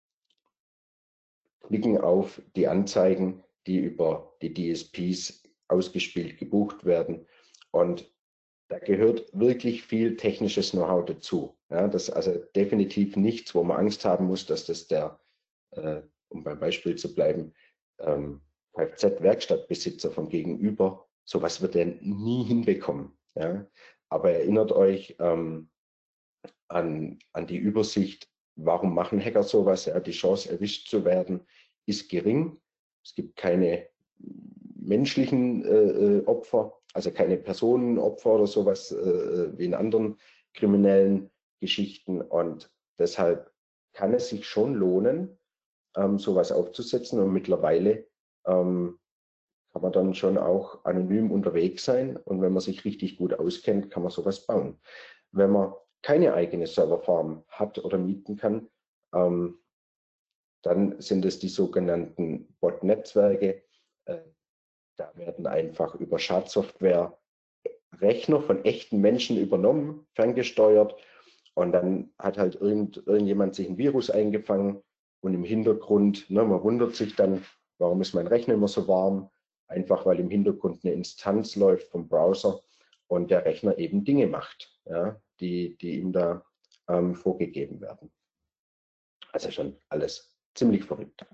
S2: klicken auf die Anzeigen, die über die D S Ps ausgespielt gebucht werden. Und da gehört wirklich viel technisches Know-how dazu. Ja, das ist also definitiv nichts, wo man Angst haben muss, dass das der, äh, um beim Beispiel zu bleiben, ähm, Kfz-Werkstattbesitzer vom Gegenüber, sowas wird er nie hinbekommen. Ja. Aber erinnert euch ähm, an, an die Übersicht, warum machen Hacker sowas? Ja, die Chance, erwischt zu werden, ist gering. Es gibt keine menschlichen äh, Opfer, also keine Personenopfer oder sowas äh, wie in anderen kriminellen Geschichten. Und deshalb kann es sich schon lohnen, ähm, sowas aufzusetzen. Und mittlerweile ähm, kann man dann schon auch anonym unterwegs sein. Und wenn man sich richtig gut auskennt, kann man sowas bauen. Wenn man keine eigene Serverfarm hat oder mieten kann, ähm, dann sind es die sogenannten Bot-Netzwerke. Äh, da werden einfach über Schadsoftware Rechner von echten Menschen übernommen, ferngesteuert. Und dann hat halt irgend, irgendjemand sich ein Virus eingefangen und im Hintergrund, ne, man wundert sich dann, warum ist mein Rechner immer so warm? Einfach weil im Hintergrund eine Instanz läuft vom Browser und der Rechner eben Dinge macht, ja, die, die ihm da ähm, vorgegeben werden. Also schon alles ziemlich verrückt.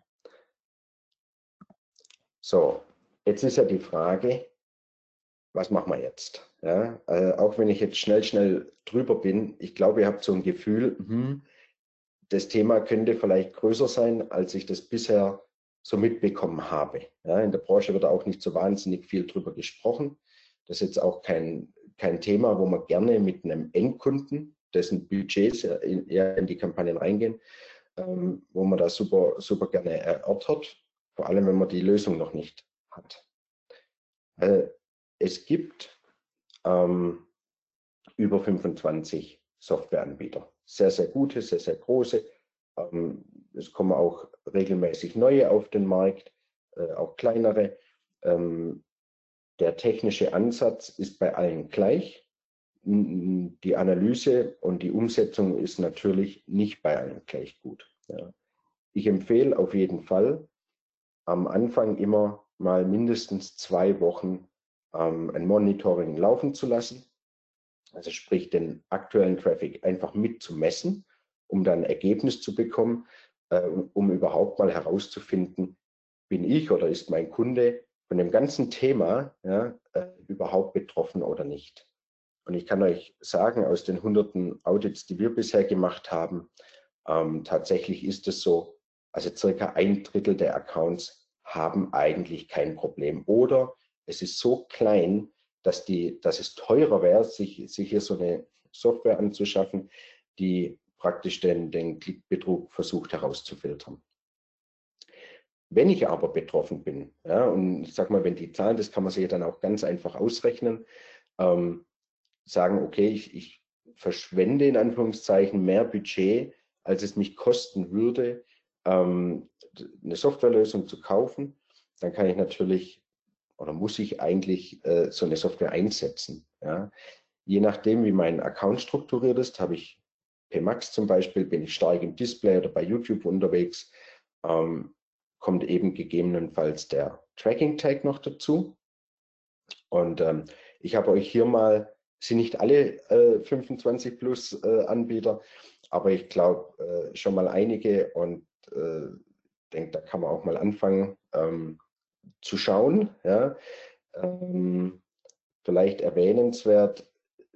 S2: So, jetzt ist ja die Frage, was machen wir jetzt? Ja, äh, auch wenn ich jetzt schnell, schnell drüber bin, ich glaube, ihr habt so ein Gefühl, hm, das Thema könnte vielleicht größer sein, als ich das bisher so mitbekommen habe. Ja, in der Branche wird auch nicht so wahnsinnig viel drüber gesprochen. Das ist jetzt auch kein, kein Thema, wo man gerne mit einem Endkunden, dessen Budgets in, eher in die Kampagnen reingehen, ähm, wo man das super, super gerne erörtert, vor allem wenn man die Lösung noch nicht hat. Äh, es gibt ähm, über fünfundzwanzig Softwareanbieter. Sehr, sehr gute, sehr, sehr große. Ähm, es kommen auch regelmäßig neue auf den Markt, äh, auch kleinere. Ähm, der technische Ansatz ist bei allen gleich. Die Analyse und die Umsetzung ist natürlich nicht bei allen gleich gut. Ja. Ich empfehle auf jeden Fall am Anfang immer mal mindestens zwei Wochen ähm, ein Monitoring laufen zu lassen. Also sprich den aktuellen Traffic einfach mitzumessen, um dann ein Ergebnis zu bekommen, äh, um überhaupt mal herauszufinden, bin ich oder ist mein Kunde von dem ganzen Thema ja, äh, überhaupt betroffen oder nicht. Und ich kann euch sagen, aus den hunderten Audits, die wir bisher gemacht haben, ähm, tatsächlich ist es so, also circa ein Drittel der Accounts haben eigentlich kein Problem. Oder es ist so klein, dass, die, dass es teurer wäre, sich, sich hier so eine Software anzuschaffen, die praktisch den, den Klickbetrug versucht herauszufiltern. Wenn ich aber betroffen bin, ja, und ich sage mal, wenn die Zahlen, das kann man sich dann auch ganz einfach ausrechnen, ähm, sagen, okay, ich, ich verschwende in Anführungszeichen mehr Budget, als es mich kosten würde, ähm, eine Softwarelösung zu kaufen, dann kann ich natürlich oder muss ich eigentlich äh, so eine Software einsetzen. Ja? Je nachdem, wie mein Account strukturiert ist, habe ich P MAX zum Beispiel, bin ich stark im Display oder bei YouTube unterwegs, ähm, kommt eben gegebenenfalls der Tracking-Tag noch dazu. Und ähm, ich habe euch hier mal, sind nicht alle äh, fünfundzwanzig plus äh, Anbieter, aber ich glaube äh, schon mal einige und äh, denke, da kann man auch mal anfangen ähm, zu schauen. Ja. Ähm, vielleicht erwähnenswert,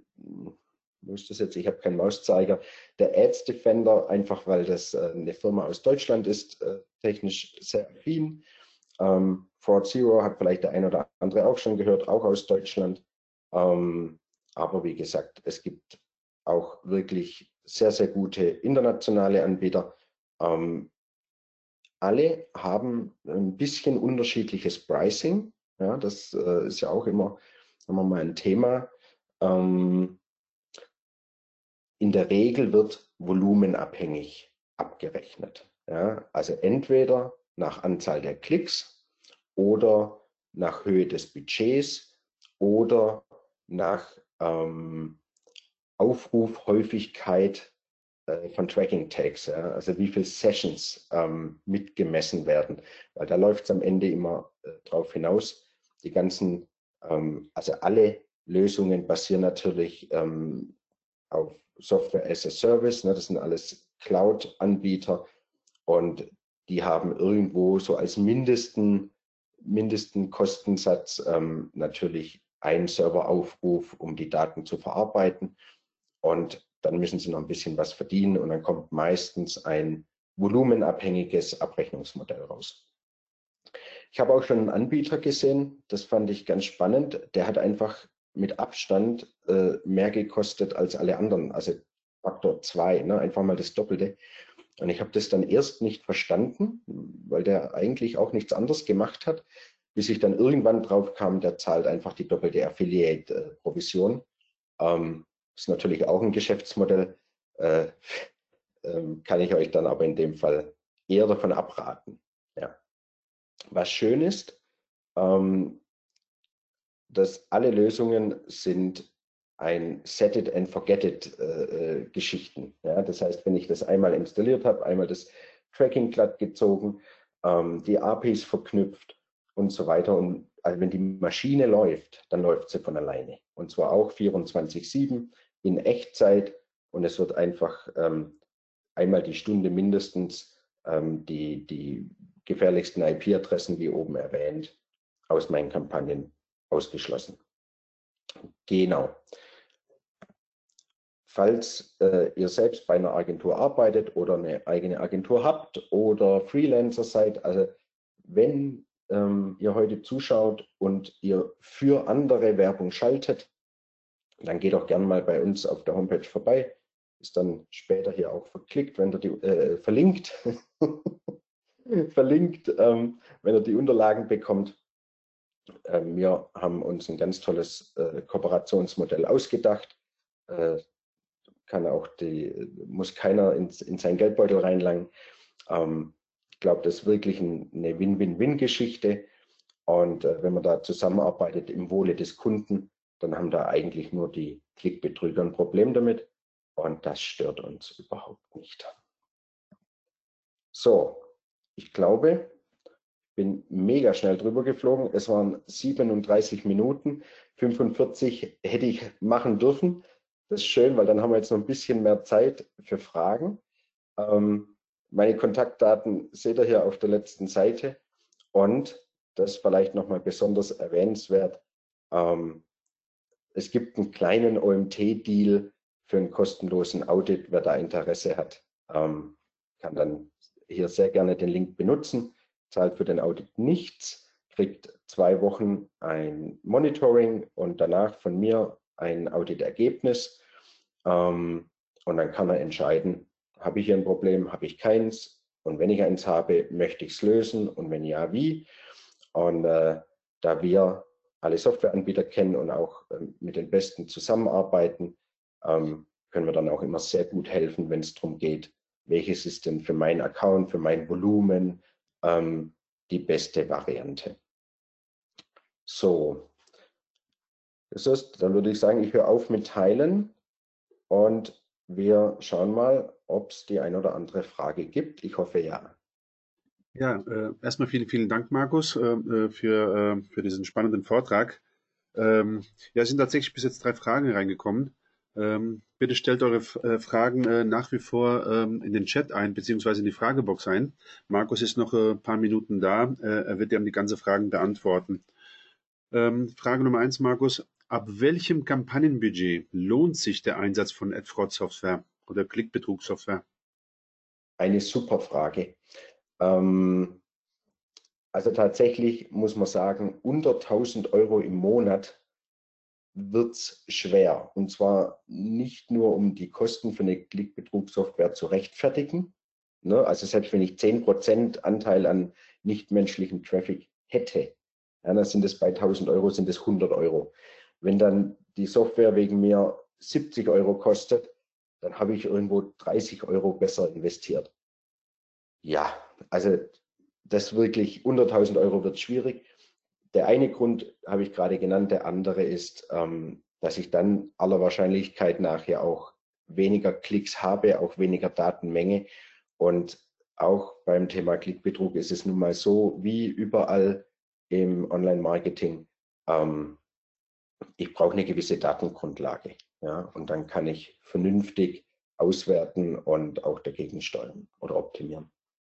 S2: wo ist das jetzt? Ich habe keinen Mauszeiger. Der Ads Defender, einfach weil das äh, eine Firma aus Deutschland ist, äh, technisch sehr affin. Ähm, Fraud Zero hat vielleicht der ein oder andere auch schon gehört, auch aus Deutschland. Ähm, aber wie gesagt, es gibt auch wirklich sehr, sehr gute internationale Anbieter. Ähm, alle haben ein bisschen unterschiedliches Pricing. Ja, das äh, ist ja auch immer, sagen wir mal, ein Thema. Ähm, in der Regel wird volumenabhängig abgerechnet. Ja, also entweder nach Anzahl der Klicks oder nach Höhe des Budgets oder nach ähm, Aufrufhäufigkeit äh, von Tracking Tags, ja, also wie viele Sessions ähm, mitgemessen werden, weil da läuft es am Ende immer äh, drauf hinaus. Die ganzen, ähm, also alle Lösungen basieren natürlich ähm, auf Software as a Service, ne, das sind alles Cloud-Anbieter und die haben irgendwo so als mindesten, mindesten Kostensatz ähm, natürlich einen Serveraufruf, um die Daten zu verarbeiten. Und dann müssen sie noch ein bisschen was verdienen und dann kommt meistens ein volumenabhängiges Abrechnungsmodell raus. Ich habe auch schon einen Anbieter gesehen, das fand ich ganz spannend. Der hat einfach mit Abstand äh, mehr gekostet als alle anderen, also Faktor zwei, ne? Einfach mal das Doppelte. Und ich habe das dann erst nicht verstanden, weil der eigentlich auch nichts anderes gemacht hat, bis ich dann irgendwann drauf kam, der zahlt einfach die doppelte Affiliate-Provision. Ähm, ist natürlich auch ein Geschäftsmodell, äh, ähm, kann ich euch dann aber in dem Fall eher davon abraten. Ja. Was schön ist, ähm, dass alle Lösungen sind ein Set it and forget it äh, äh, Geschichten. Ja, das heißt, wenn ich das einmal installiert habe, einmal das Tracking glatt gezogen, ähm, die A P Is verknüpft und so weiter. Und also wenn die Maschine läuft, dann läuft sie von alleine. Und zwar auch vierundzwanzig sieben in Echtzeit. Und es wird einfach ähm, einmal die Stunde mindestens ähm, die, die gefährlichsten I P-Adressen, wie oben erwähnt, aus meinen Kampagnen ausgeschlossen. Genau. Falls äh, ihr selbst bei einer Agentur arbeitet oder eine eigene Agentur habt oder Freelancer seid, also wenn ähm, ihr heute zuschaut und ihr für andere Werbung schaltet, dann geht auch gerne mal bei uns auf der Homepage vorbei. Ist dann später hier auch verklickt, wenn ihr die, äh, verlinkt, verlinkt, ähm, wenn ihr die Unterlagen bekommt. Äh, wir haben uns ein ganz tolles äh, Kooperationsmodell ausgedacht. Äh, kann auch die, muss keiner in, in seinen Geldbeutel reinlangen. Ähm, ich glaube, das ist wirklich ein, eine Win-Win-Win-Geschichte. Und äh, wenn man da zusammenarbeitet im Wohle des Kunden, dann haben da eigentlich nur die Klickbetrüger ein Problem damit. Und das stört uns überhaupt nicht. So, ich glaube, ich bin mega schnell drüber geflogen. Es waren siebenunddreißig Minuten. fünfundvierzig hätte ich machen dürfen. Das ist schön, weil dann haben wir jetzt noch ein bisschen mehr Zeit für Fragen. Ähm, meine Kontaktdaten seht ihr hier auf der letzten Seite. Und das ist vielleicht nochmal besonders erwähnenswert. Ähm, es gibt einen kleinen O M T-Deal für einen kostenlosen Audit. Wer da Interesse hat, ähm, kann dann hier sehr gerne den Link benutzen. Zahlt für den Audit nichts, kriegt zwei Wochen ein Monitoring und danach von mir ein Auditergebnis. Ähm, und dann kann er entscheiden, habe ich hier ein Problem, habe ich keins? Und wenn ich eins habe, möchte ich es lösen? Und wenn ja, wie? Und äh, da wir alle Softwareanbieter kennen und auch ähm, mit den Besten zusammenarbeiten, ähm, können wir dann auch immer sehr gut helfen, wenn es darum geht, welches ist denn für meinen Account, für mein Volumen ähm, die beste Variante. So, das ist, dann würde ich sagen, ich höre auf mit Teilen und wir schauen mal, ob es die ein oder andere Frage gibt. Ich hoffe ja.
S1: Ja, äh, erstmal vielen, vielen Dank, Markus, äh, für, äh, für diesen spannenden Vortrag. Ähm, ja, es sind tatsächlich bis jetzt drei Fragen reingekommen. Ähm, bitte stellt eure äh, Fragen äh, nach wie vor ähm, in den Chat ein, beziehungsweise in die Fragebox ein. Markus ist noch äh, ein paar Minuten da. Äh, er wird dir die ganzen Fragen beantworten. Ähm, Frage Nummer eins, Markus. Ab welchem Kampagnenbudget lohnt sich der Einsatz von Ad-Fraud-Software oder Klickbetrugssoftware?
S2: Eine super Frage. Ähm, also tatsächlich muss man sagen, unter tausend Euro im Monat wird es schwer. Und zwar nicht nur, um die Kosten für eine Klickbetrugssoftware zu rechtfertigen. Ne? Also selbst wenn ich zehn Prozent Anteil an nichtmenschlichem Traffic hätte, ja, dann sind es bei tausend Euro, sind es hundert Euro. Wenn dann die Software wegen mir siebzig Euro kostet, dann habe ich irgendwo dreißig Euro besser investiert. Ja, also das wirklich unter tausend Euro wird schwierig. Der eine Grund habe ich gerade genannt, der andere ist, ähm, dass ich dann aller Wahrscheinlichkeit nach ja auch weniger Klicks habe, auch weniger Datenmenge. Und auch beim Thema Klickbetrug ist es nun mal so, wie überall im Online-Marketing, ähm, ich brauche eine gewisse Datengrundlage. Ja, und dann kann ich vernünftig auswerten und auch dagegen steuern oder optimieren.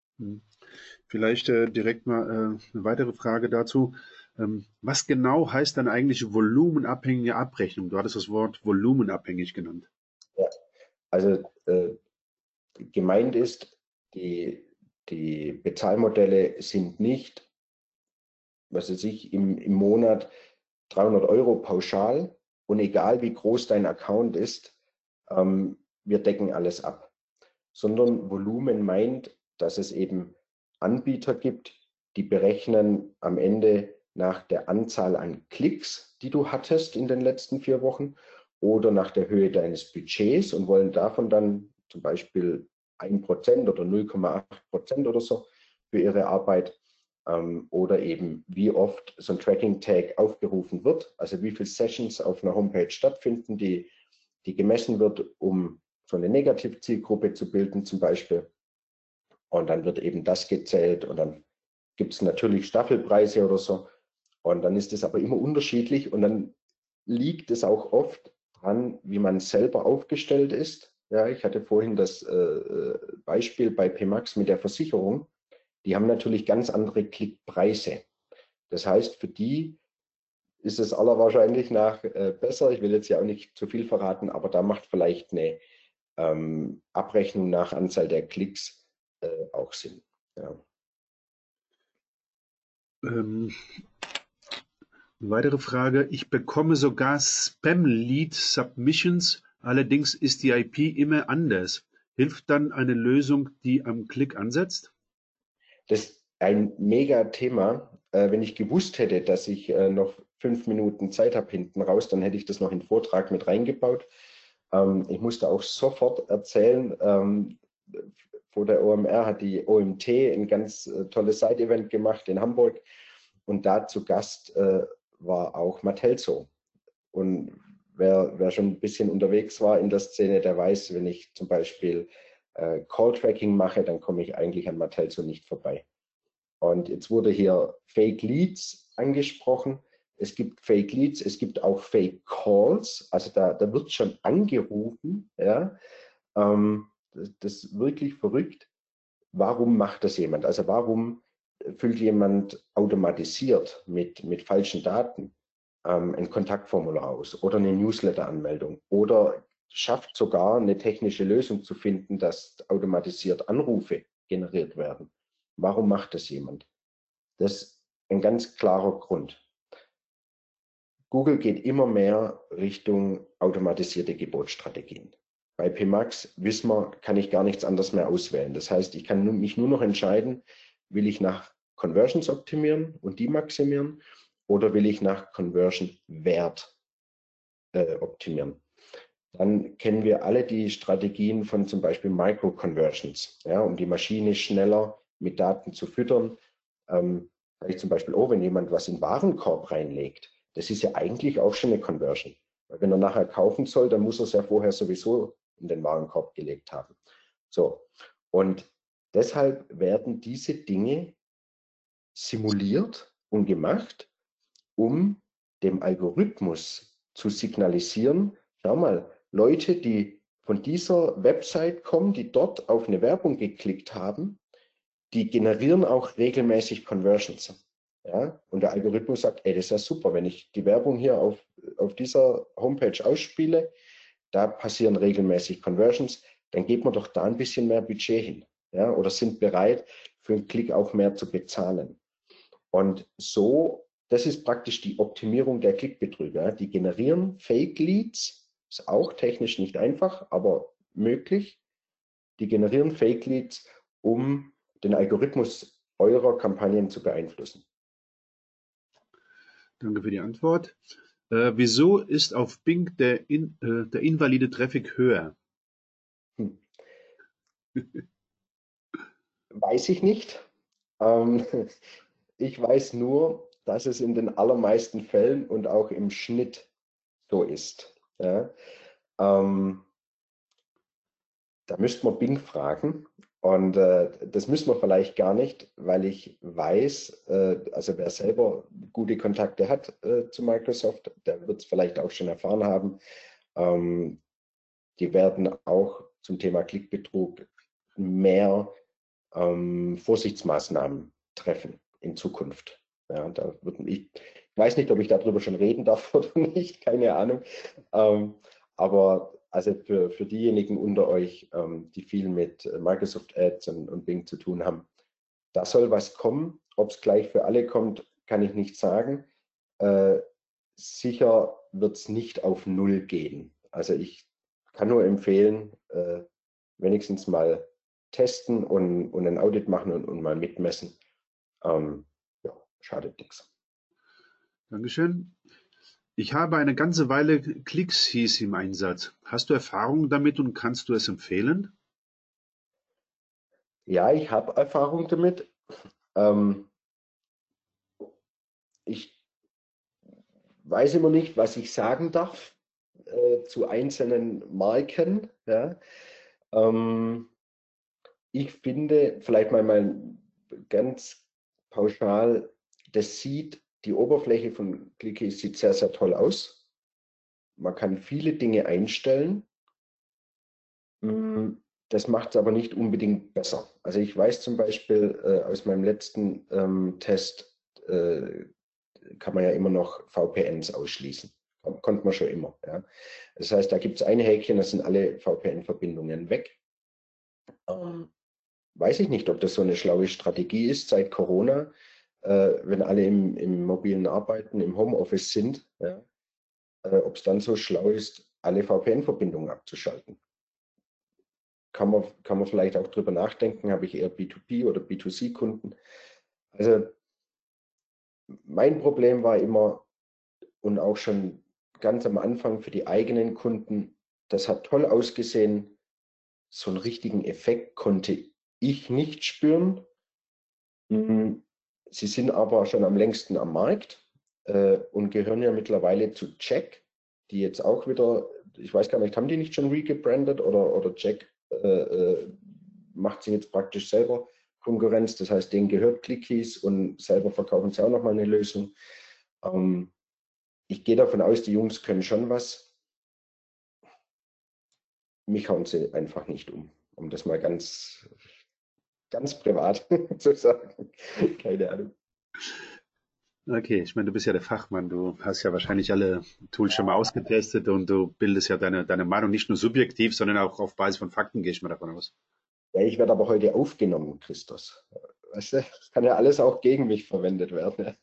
S1: Vielleicht äh, direkt mal äh, eine weitere Frage dazu. Ähm, was genau heißt dann eigentlich volumenabhängige Abrechnung? Du hattest das Wort volumenabhängig genannt.
S2: Ja, also äh, gemeint ist, die, die Bezahlmodelle sind nicht, was weiß ich, im, im Monat dreihundert Euro pauschal, und egal wie groß dein Account ist, ähm, wir decken alles ab. Sondern Volumen meint, dass es eben Anbieter gibt, die berechnen am Ende nach der Anzahl an Klicks, die du hattest in den letzten vier Wochen oder nach der Höhe deines Budgets und wollen davon dann zum Beispiel ein Prozent oder null Komma acht Prozent oder so für ihre Arbeit ähm, oder eben wie oft so ein Tracking-Tag aufgerufen wird, also wie viele Sessions auf einer Homepage stattfinden, die, die gemessen wird, um so eine Negativzielgruppe zu bilden zum Beispiel. Und dann wird eben das gezählt und dann gibt es natürlich Staffelpreise oder so. Und dann ist es aber immer unterschiedlich und dann liegt es auch oft an, wie man selber aufgestellt ist. Ja, ich hatte vorhin das äh, Beispiel bei P MAX mit der Versicherung. Die haben natürlich ganz andere Klickpreise. Das heißt, für die ist es aller Wahrscheinlich nach äh, besser. Ich will jetzt ja auch nicht zu viel verraten, aber da macht vielleicht eine ähm, Abrechnung nach Anzahl der Klicks äh, auch Sinn. Ja.
S1: Ähm, eine weitere Frage. Ich bekomme sogar Spam-Lead-Submissions, allerdings ist die I P immer anders. Hilft dann eine Lösung, die am Klick ansetzt?
S2: Das ist ein mega Thema. Äh, wenn ich gewusst hätte, dass ich äh, noch fünf Minuten Zeit habe hinten raus, dann hätte ich das noch in den Vortrag mit reingebaut. Ähm, ich musste auch sofort erzählen, ähm, vor der O M R hat die O M T ein ganz äh, tolles Side-Event gemacht in Hamburg und da zu Gast äh, war auch Matelso. Und wer, wer schon ein bisschen unterwegs war in der Szene, der weiß, wenn ich zum Beispiel äh, Call-Tracking mache, dann komme ich eigentlich an Matelso nicht vorbei. Und jetzt wurde hier Fake Leads angesprochen. Es gibt Fake Leads, es gibt auch Fake Calls. Also da, da wird schon angerufen. Ja? Ähm, das, das ist wirklich verrückt. Warum macht das jemand? Also warum füllt jemand automatisiert mit, mit falschen Daten ähm, ein Kontaktformular aus oder eine Newsletter-Anmeldung oder schafft sogar eine technische Lösung zu finden, dass automatisiert Anrufe generiert werden? Warum macht das jemand? Das ist ein ganz klarer Grund. Google geht immer mehr Richtung automatisierte Gebotsstrategien. Bei P MAX wissen wir, kann ich gar nichts anderes mehr auswählen. Das heißt, ich kann mich nur noch entscheiden, will ich nach Conversions optimieren und die maximieren oder will ich nach Conversion Wert äh, optimieren. Dann kennen wir alle die Strategien von zum Beispiel Micro-Conversions, ja, um die Maschine schneller mit Daten zu füttern. Ähm, ich zum Beispiel, oh, wenn jemand was in den Warenkorb reinlegt, das ist ja eigentlich auch schon eine Conversion. Weil wenn er nachher kaufen soll, dann muss er es ja vorher sowieso in den Warenkorb gelegt haben. So, und deshalb werden diese Dinge simuliert und gemacht, um dem Algorithmus zu signalisieren, schau mal, Leute, die von dieser Website kommen, die dort auf eine Werbung geklickt haben, die generieren auch regelmäßig Conversions. Ja? Und der Algorithmus sagt, ey, das ist ja super, wenn ich die Werbung hier auf, auf dieser Homepage ausspiele, da passieren regelmäßig Conversions, dann geht man doch da ein bisschen mehr Budget hin. Ja? Oder sind bereit, für einen Klick auch mehr zu bezahlen. Und so, das ist praktisch die Optimierung der Klickbetrüger. Die generieren Fake Leads, ist auch technisch nicht einfach, aber möglich. Die generieren Fake Leads, um den Algorithmus eurer Kampagnen zu beeinflussen.
S1: Danke für die Antwort. Äh, wieso ist auf Bing der, in, äh, der invalide Traffic höher?
S2: Hm. Weiß ich nicht. Ähm, ich weiß nur, dass es in den allermeisten Fällen und auch im Schnitt so ist. Ja? Ähm, da müsste man Bing fragen. Und äh, das müssen wir vielleicht gar nicht, weil ich weiß, äh, also wer selber gute Kontakte hat äh, zu Microsoft, der wird es vielleicht auch schon erfahren haben. Ähm, die werden auch zum Thema Klickbetrug mehr ähm, Vorsichtsmaßnahmen treffen in Zukunft. Ja, da wird, ich, ich weiß nicht, ob ich darüber schon reden darf oder nicht, keine Ahnung. Ähm, aber also für, für diejenigen unter euch, ähm, die viel mit Microsoft Ads und, und Bing zu tun haben, da soll was kommen. Ob es gleich für alle kommt, kann ich nicht sagen. Äh, sicher wird es nicht auf Null gehen. Also ich kann nur empfehlen, äh, wenigstens mal testen und, und ein Audit machen und, und mal mitmessen. Ähm, ja, schadet nichts.
S1: Dankeschön. Ich habe eine ganze Weile ClickSys im Einsatz. Hast du Erfahrung damit und kannst du es empfehlen?
S2: Ja, ich habe Erfahrung damit. Ähm, ich weiß immer nicht, was ich sagen darf äh, zu einzelnen Marken. Ja. Ähm, ich finde, vielleicht mal, mal ganz pauschal, das sieht, die Oberfläche von Clicky sieht sehr, sehr toll aus. Man kann viele Dinge einstellen. Mm, Das macht es aber nicht unbedingt besser. Also ich weiß zum Beispiel äh, aus meinem letzten ähm, Test, äh, kann man ja immer noch V P Ns ausschließen. Kon konnte man schon immer. Ja. Das heißt, da gibt es ein Häkchen, das sind alle V P N-Verbindungen weg. Ähm, weiß ich nicht, ob das so eine schlaue Strategie ist seit Corona, äh, wenn alle im, im mobilen Arbeiten, im Homeoffice sind, ja, äh, ob es dann so schlau ist, alle V P N-Verbindungen abzuschalten. Kann man, kann man vielleicht auch drüber nachdenken, habe ich eher B zwei B oder B zwei C-Kunden. Also mein Problem war immer und auch schon ganz am Anfang für die eigenen Kunden, das hat toll ausgesehen. So einen richtigen Effekt konnte ich nicht spüren. Mhm. Sie sind aber schon am längsten am Markt äh, und gehören ja mittlerweile zu Jack, die jetzt auch wieder, ich weiß gar nicht, haben die nicht schon regebrandet oder, oder Jack äh, äh, macht sie jetzt praktisch selber Konkurrenz. Das heißt, denen gehört Clickies und selber verkaufen sie auch nochmal eine Lösung. Ähm, ich gehe davon aus, die Jungs können schon was. Mich hauen sie einfach nicht um, um das mal ganz, ganz privat zu sagen. Keine Ahnung.
S1: Okay, ich meine, du bist ja der Fachmann. Du hast ja wahrscheinlich alle Tools schon mal ausgetestet und du bildest ja deine, deine Meinung nicht nur subjektiv, sondern auch auf Basis von Fakten, gehe ich mal davon aus.
S2: Ja, ich werde aber heute aufgenommen, Christus. Weißt du, das kann ja alles auch gegen mich verwendet werden.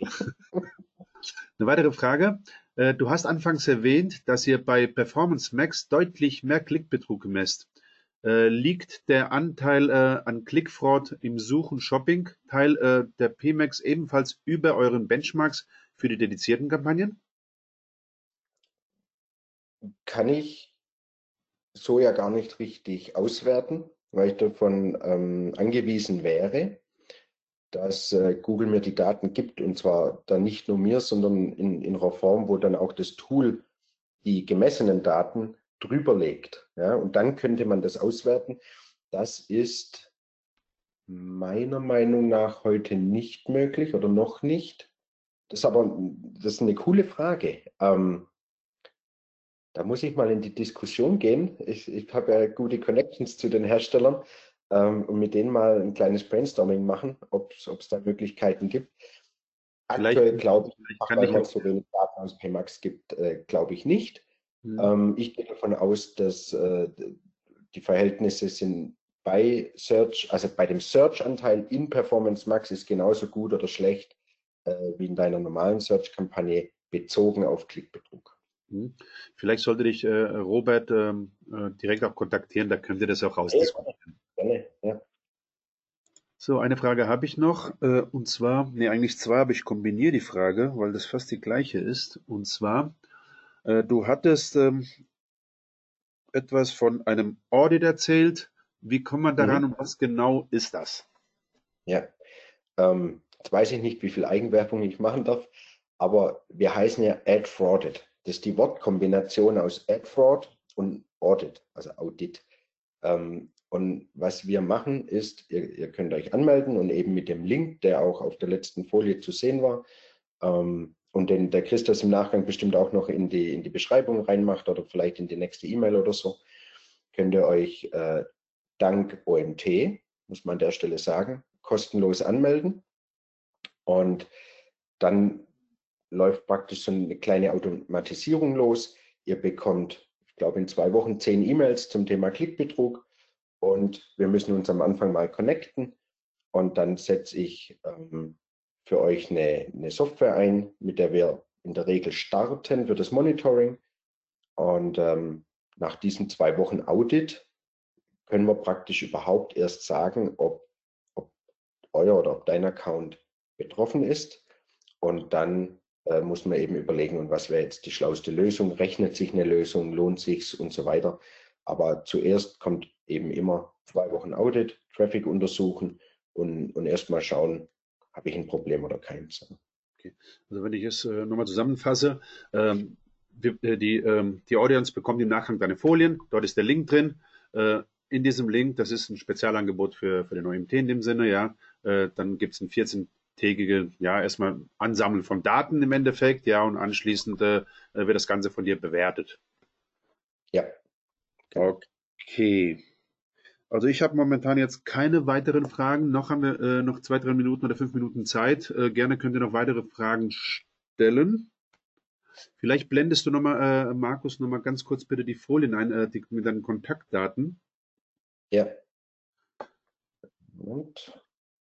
S1: Eine weitere Frage. Äh, Du hast anfangs erwähnt, dass ihr bei Performance Max deutlich mehr Klickbetrug messt. Äh, Liegt der Anteil äh, an Clickfraud im Such- und Shopping-Teil äh, der P MAX ebenfalls über euren Benchmarks für die dedizierten Kampagnen?
S2: Kann ich so ja gar nicht richtig auswerten, weil ich davon ähm, angewiesen wäre, dass äh, Google mir die Daten gibt und zwar dann nicht nur mir, sondern in, in einer Form, wo dann auch das Tool die gemessenen Daten drüber legt. Ja, und dann könnte man das auswerten. Das ist meiner Meinung nach heute nicht möglich oder noch nicht. Das ist aber das ist eine coole Frage. Ähm, da muss ich mal in die Diskussion gehen. Ich, ich habe ja gute Connections zu den Herstellern ähm, und mit denen mal ein kleines Brainstorming machen, ob es da Möglichkeiten gibt.
S1: Vielleicht,
S2: Aktuell glaube ich,
S1: vielleicht
S2: einfach
S1: kann
S2: weil
S1: ich
S2: man
S1: auch.
S2: so wenig Daten aus P MAX gibt, äh, glaube ich nicht.
S1: Hm.
S2: Ähm, ich gehe davon aus, dass äh, die Verhältnisse sind bei Search, also bei dem Search-Anteil in Performance Max ist genauso gut oder schlecht äh, wie in deiner normalen Search-Kampagne bezogen auf Klickbetrug.
S1: Hm. Vielleicht sollte dich äh, Robert ähm, äh, direkt auch kontaktieren, da könnt ihr das auch
S2: Ja,
S1: ausdiskutieren.
S2: gerne, ja.
S1: So, eine Frage habe ich noch, äh, und zwar, nee, eigentlich zwei, aber ich kombiniere die Frage, weil das fast die gleiche ist. Und zwar, äh, du hattest ähm, etwas von einem Audit erzählt. Wie kommt man daran
S2: Mhm.
S1: und was genau ist das?
S2: Ja. Ähm, jetzt weiß ich nicht, wie viel Eigenwerbung ich machen darf, aber wir heißen ja Ad Frauded. Das ist die Wortkombination aus Ad Fraud und Audit, also Audit. Ähm, und was wir machen ist, ihr, ihr könnt euch anmelden und eben mit dem Link, der auch auf der letzten Folie zu sehen war, ähm, und den der Christus im Nachgang bestimmt auch noch in die, in die Beschreibung reinmacht oder vielleicht in die nächste E-Mail oder so, könnt ihr euch äh, dank O M T, muss man an der Stelle sagen, kostenlos anmelden. Und dann läuft praktisch so eine kleine Automatisierung los. Ihr bekommt, ich glaube, in zwei Wochen zehn E-Mails zum Thema Klickbetrug und wir müssen uns am Anfang mal connecten und dann setze ich ähm, für euch eine, eine Software ein, mit der wir in der Regel starten für das Monitoring. Und ähm, nach diesen zwei Wochen Audit können wir praktisch überhaupt erst sagen, ob, ob euer oder ob dein Account betroffen ist. Und dann äh, muss man eben überlegen, und was wäre jetzt die schlauste Lösung? Rechnet sich eine Lösung? Lohnt sich's und so weiter? Aber zuerst kommt eben immer zwei Wochen Audit, Traffic untersuchen und, und erstmal schauen, habe ich ein Problem oder keins.
S1: Okay. Also wenn ich es äh, nochmal zusammenfasse, ähm, wir, äh, die, ähm, die Audience bekommt im Nachgang deine Folien, dort ist der Link drin. Äh, in diesem Link, das ist ein Spezialangebot für, für den O M T in dem Sinne, ja, äh, dann gibt es ein vierzehn-tägige, ja, erstmal Ansammeln von Daten im Endeffekt, ja, und anschließend äh, wird das Ganze von dir bewertet.
S2: Ja.
S1: Genau. Okay. Also ich habe momentan jetzt keine weiteren Fragen. Noch haben wir äh, noch zwei, drei Minuten oder fünf Minuten Zeit. Äh, gerne könnt ihr noch weitere Fragen stellen. Vielleicht blendest du nochmal, äh, Markus, nochmal ganz kurz bitte die Folien ein äh, die, mit deinen Kontaktdaten.
S2: Ja. Und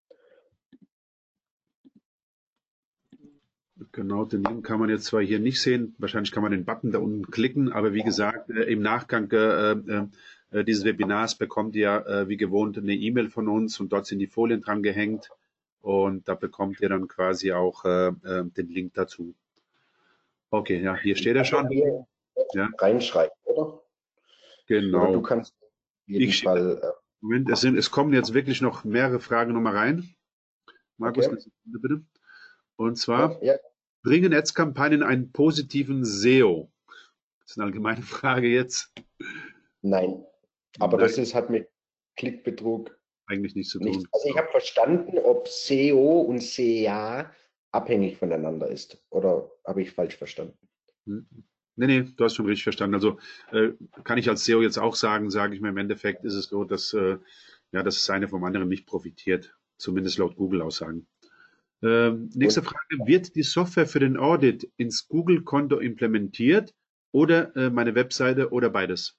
S1: Genau, den Link kann man jetzt zwar hier nicht sehen. Wahrscheinlich kann man den Button da unten klicken, aber wie gesagt, äh, im Nachgang äh, äh, äh, dieses Webinars bekommt ihr äh, wie gewohnt eine E-Mail von uns und dort sind die Folien dran gehängt und da bekommt ihr dann quasi auch äh, äh, den Link dazu. Okay, ja, hier steht er schon. Ja,
S2: reinschreiben, oder?
S1: genau.
S2: Oder du kannst auf jeden
S1: Ich,
S2: Fall. Äh,
S1: Moment, es, sind, es kommen jetzt wirklich noch mehrere Fragen nochmal rein. Markus,
S2: Okay.
S1: eine Sekunde bitte. Und zwar,
S2: ja, ja.
S1: bringen Ads-Kampagnen einen positiven S E O? Das ist eine allgemeine Frage jetzt.
S2: Nein. Aber
S1: Nein,
S2: das ist, hat mit Klickbetrug
S1: eigentlich nichts zu
S2: nichts.
S1: tun.
S2: Also ich habe verstanden, ob S E O und S E A abhängig voneinander ist. Oder habe ich falsch verstanden?
S1: Hm. Nee, nee, du hast schon richtig verstanden. Also äh, kann ich als S E O jetzt auch sagen, sage ich mir, im Endeffekt ist es so, dass, äh, ja, dass das eine vom anderen nicht profitiert. Zumindest laut Google-Aussagen. Ähm, nächste
S2: Und
S1: Frage. Wird die Software für den Audit ins Google-Konto implementiert oder äh, meine Webseite oder beides?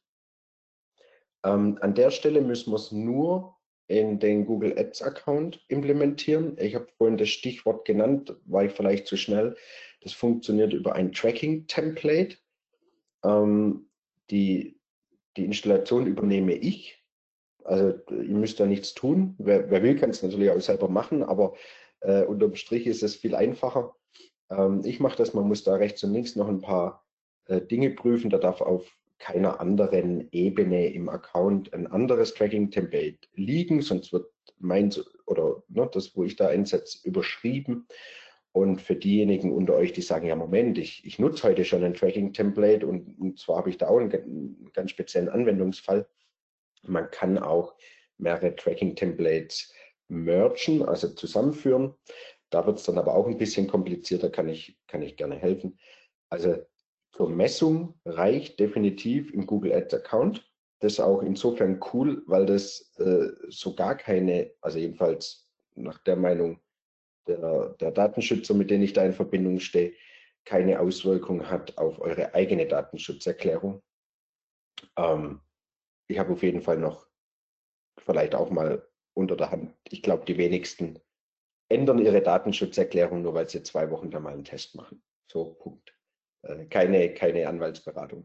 S2: ähm, an der Stelle müssen wir es nur in den Google Ads Account implementieren. Ich habe vorhin das Stichwort genannt, war ich vielleicht zu schnell. Das funktioniert über ein Tracking-Template. Ähm, die, die Installation übernehme ich. Also ihr müsst da nichts tun. Wer, wer will, kann es natürlich auch selber machen, aber äh, unterm Strich ist es viel einfacher. Ähm, ich mache das, man muss da rechts und links noch ein paar äh, Dinge prüfen. Da darf auf keiner anderen Ebene im Account ein anderes Tracking-Template liegen, sonst wird meins oder ne, das, wo ich da einsetze, überschrieben. Und für diejenigen unter euch, die sagen, ja Moment, ich, ich nutze heute schon ein Tracking-Template und, und zwar habe ich da auch einen, einen ganz speziellen Anwendungsfall. Man kann auch mehrere Tracking-Templates mergen, also zusammenführen. Da wird es dann aber auch ein bisschen komplizierter, kann ich, kann ich gerne helfen. Also zur Messung reicht definitiv im Google Ads Account. Das ist auch insofern cool, weil das äh, so gar keine, also jedenfalls nach der Meinung der, der Datenschützer, mit denen ich da in Verbindung stehe, keine Auswirkung hat auf eure eigene Datenschutzerklärung. Ähm, ich habe auf jeden Fall noch vielleicht auch mal unter der Hand, ich glaube, die wenigsten ändern ihre Datenschutzerklärung, nur weil sie zwei Wochen da mal einen Test machen. So, Punkt. Äh, keine, keine Anwaltsberatung.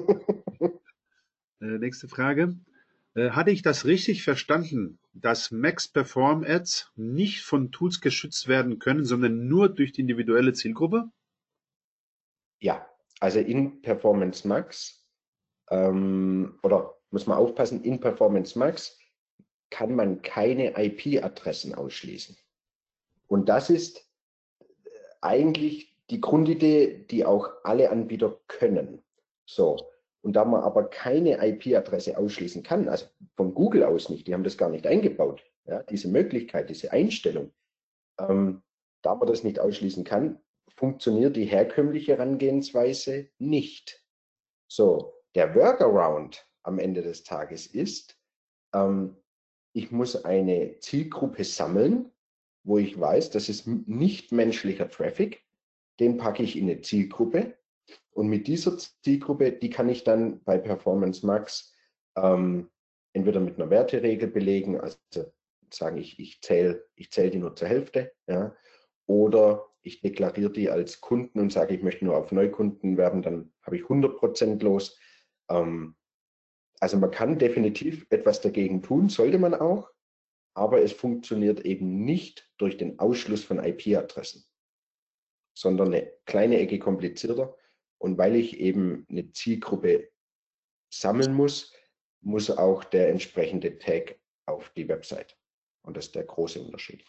S1: Äh, nächste Frage. Äh, hatte ich das richtig verstanden, dass Max Perform Ads nicht von Tools geschützt werden können, sondern nur durch die individuelle Zielgruppe?
S2: Ja, also in Performance Max, ähm, oder muss man aufpassen, in Performance Max kann man keine I P-Adressen ausschließen. Und das ist eigentlich die Grundidee, die auch alle Anbieter können. So, und da man aber keine I P-Adresse ausschließen kann, also von Google aus nicht, die haben das gar nicht eingebaut, ja, diese Möglichkeit, diese Einstellung, ähm, da man das nicht ausschließen kann, funktioniert die herkömmliche Herangehensweise nicht. So, der Workaround am Ende des Tages ist, ähm, ich muss eine Zielgruppe sammeln, wo ich weiß, das ist nicht menschlicher Traffic, den packe ich in eine Zielgruppe und mit dieser Zielgruppe, die kann ich dann bei Performance Max ähm, entweder mit einer Werteregel belegen, also sagen ich, ich zähle ich zähl die nur zur Hälfte, ja, oder ich deklariere die als Kunden und sage, ich möchte nur auf Neukunden werben, dann habe ich hundert Prozent los. Ähm, also man kann definitiv etwas dagegen tun, sollte man auch, aber es funktioniert eben nicht durch den Ausschluss von I P-Adressen, sondern eine kleine Ecke komplizierter. Und weil ich eben eine Zielgruppe sammeln muss, muss auch der entsprechende Tag auf die Website. Und das ist der große Unterschied.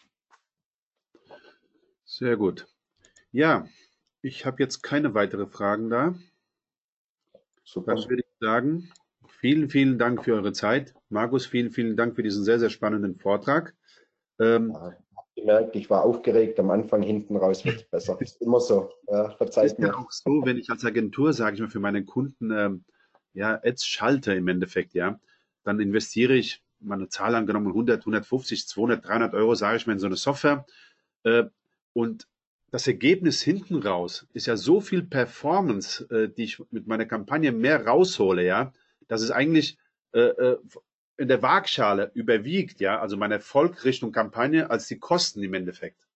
S1: Sehr gut. Ja, ich habe jetzt keine weiteren Fragen da.
S2: Super.
S1: Dann würde ich sagen, vielen, vielen Dank für eure Zeit. Markus, vielen, vielen Dank für diesen sehr, sehr spannenden Vortrag. Ähm,
S2: Ja, ich habe gemerkt, ich war aufgeregt. Am Anfang, hinten raus wird es besser. Ist immer so. Ja,
S1: Es
S2: verzeiht
S1: ist ja
S2: mir.
S1: auch so, wenn ich als Agentur, sage ich mal, für meine Kunden ähm, ja, Ads schalte im Endeffekt, ja, dann investiere ich meine Zahl angenommen hundert, hundertfünfzig, zweihundert, dreihundert Euro, sage ich mal, in so eine Software. Äh, und das Ergebnis hinten raus ist ja so viel Performance, äh, die ich mit meiner Kampagne mehr raushole, ja, dass es eigentlich äh, äh, in der Waagschale überwiegt, ja, also meine Erfolg Richtung Kampagne als die Kosten im Endeffekt.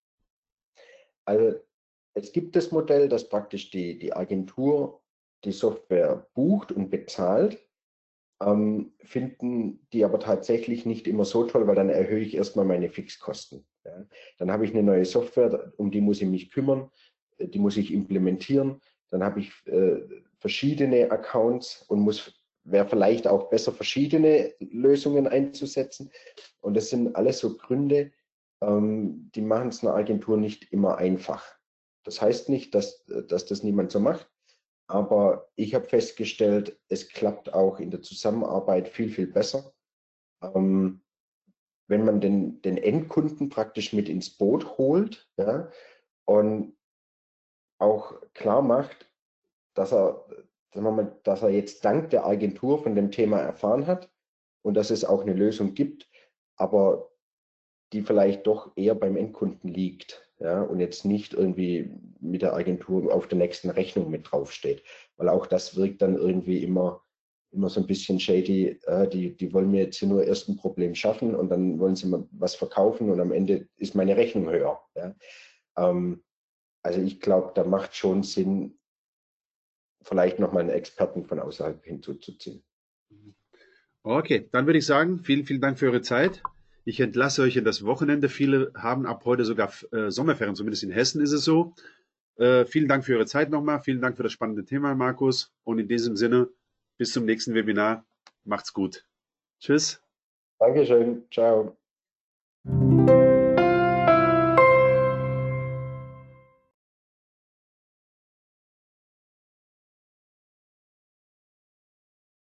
S2: Also es gibt das Modell, dass praktisch die, die Agentur die Software bucht und bezahlt, ähm, finden die aber tatsächlich nicht immer so toll, weil dann erhöhe ich erstmal meine Fixkosten. Ja. Dann habe ich eine neue Software, um die muss ich mich kümmern, äh, die muss ich implementieren. Dann habe ich äh, verschiedene Accounts und muss, wäre vielleicht auch besser, verschiedene Lösungen einzusetzen. Und das sind alles so Gründe, ähm, die machen es einer Agentur nicht immer einfach. Das heißt nicht, dass, dass das niemand so macht, aber ich habe festgestellt, es klappt auch in der Zusammenarbeit viel, viel besser, ähm, wenn man den, den Endkunden praktisch mit ins Boot holt, ja, und auch klar macht, dass er, sagen wir mal, dass er jetzt dank der Agentur von dem Thema erfahren hat und dass es auch eine Lösung gibt, aber die vielleicht doch eher beim Endkunden liegt, ja, und jetzt nicht irgendwie mit der Agentur auf der nächsten Rechnung mit draufsteht. Weil auch das wirkt dann irgendwie immer, immer so ein bisschen shady. Äh, die, die wollen mir jetzt hier nur erst ein Problem schaffen und dann wollen sie mal was verkaufen und am Ende ist meine Rechnung höher. Ja. Ähm, also ich glaube, da macht schon Sinn, vielleicht nochmal einen Experten von außerhalb hinzuzuziehen.
S1: Okay, dann würde ich sagen, vielen, vielen Dank für eure Zeit. Ich entlasse euch in das Wochenende. Viele haben ab heute sogar äh, Sommerferien, zumindest in Hessen ist es so. Äh, vielen Dank für eure Zeit nochmal. Vielen Dank für das spannende Thema, Markus. Und in diesem Sinne, bis zum nächsten Webinar. Macht's gut. Tschüss.
S2: Dankeschön. Ciao.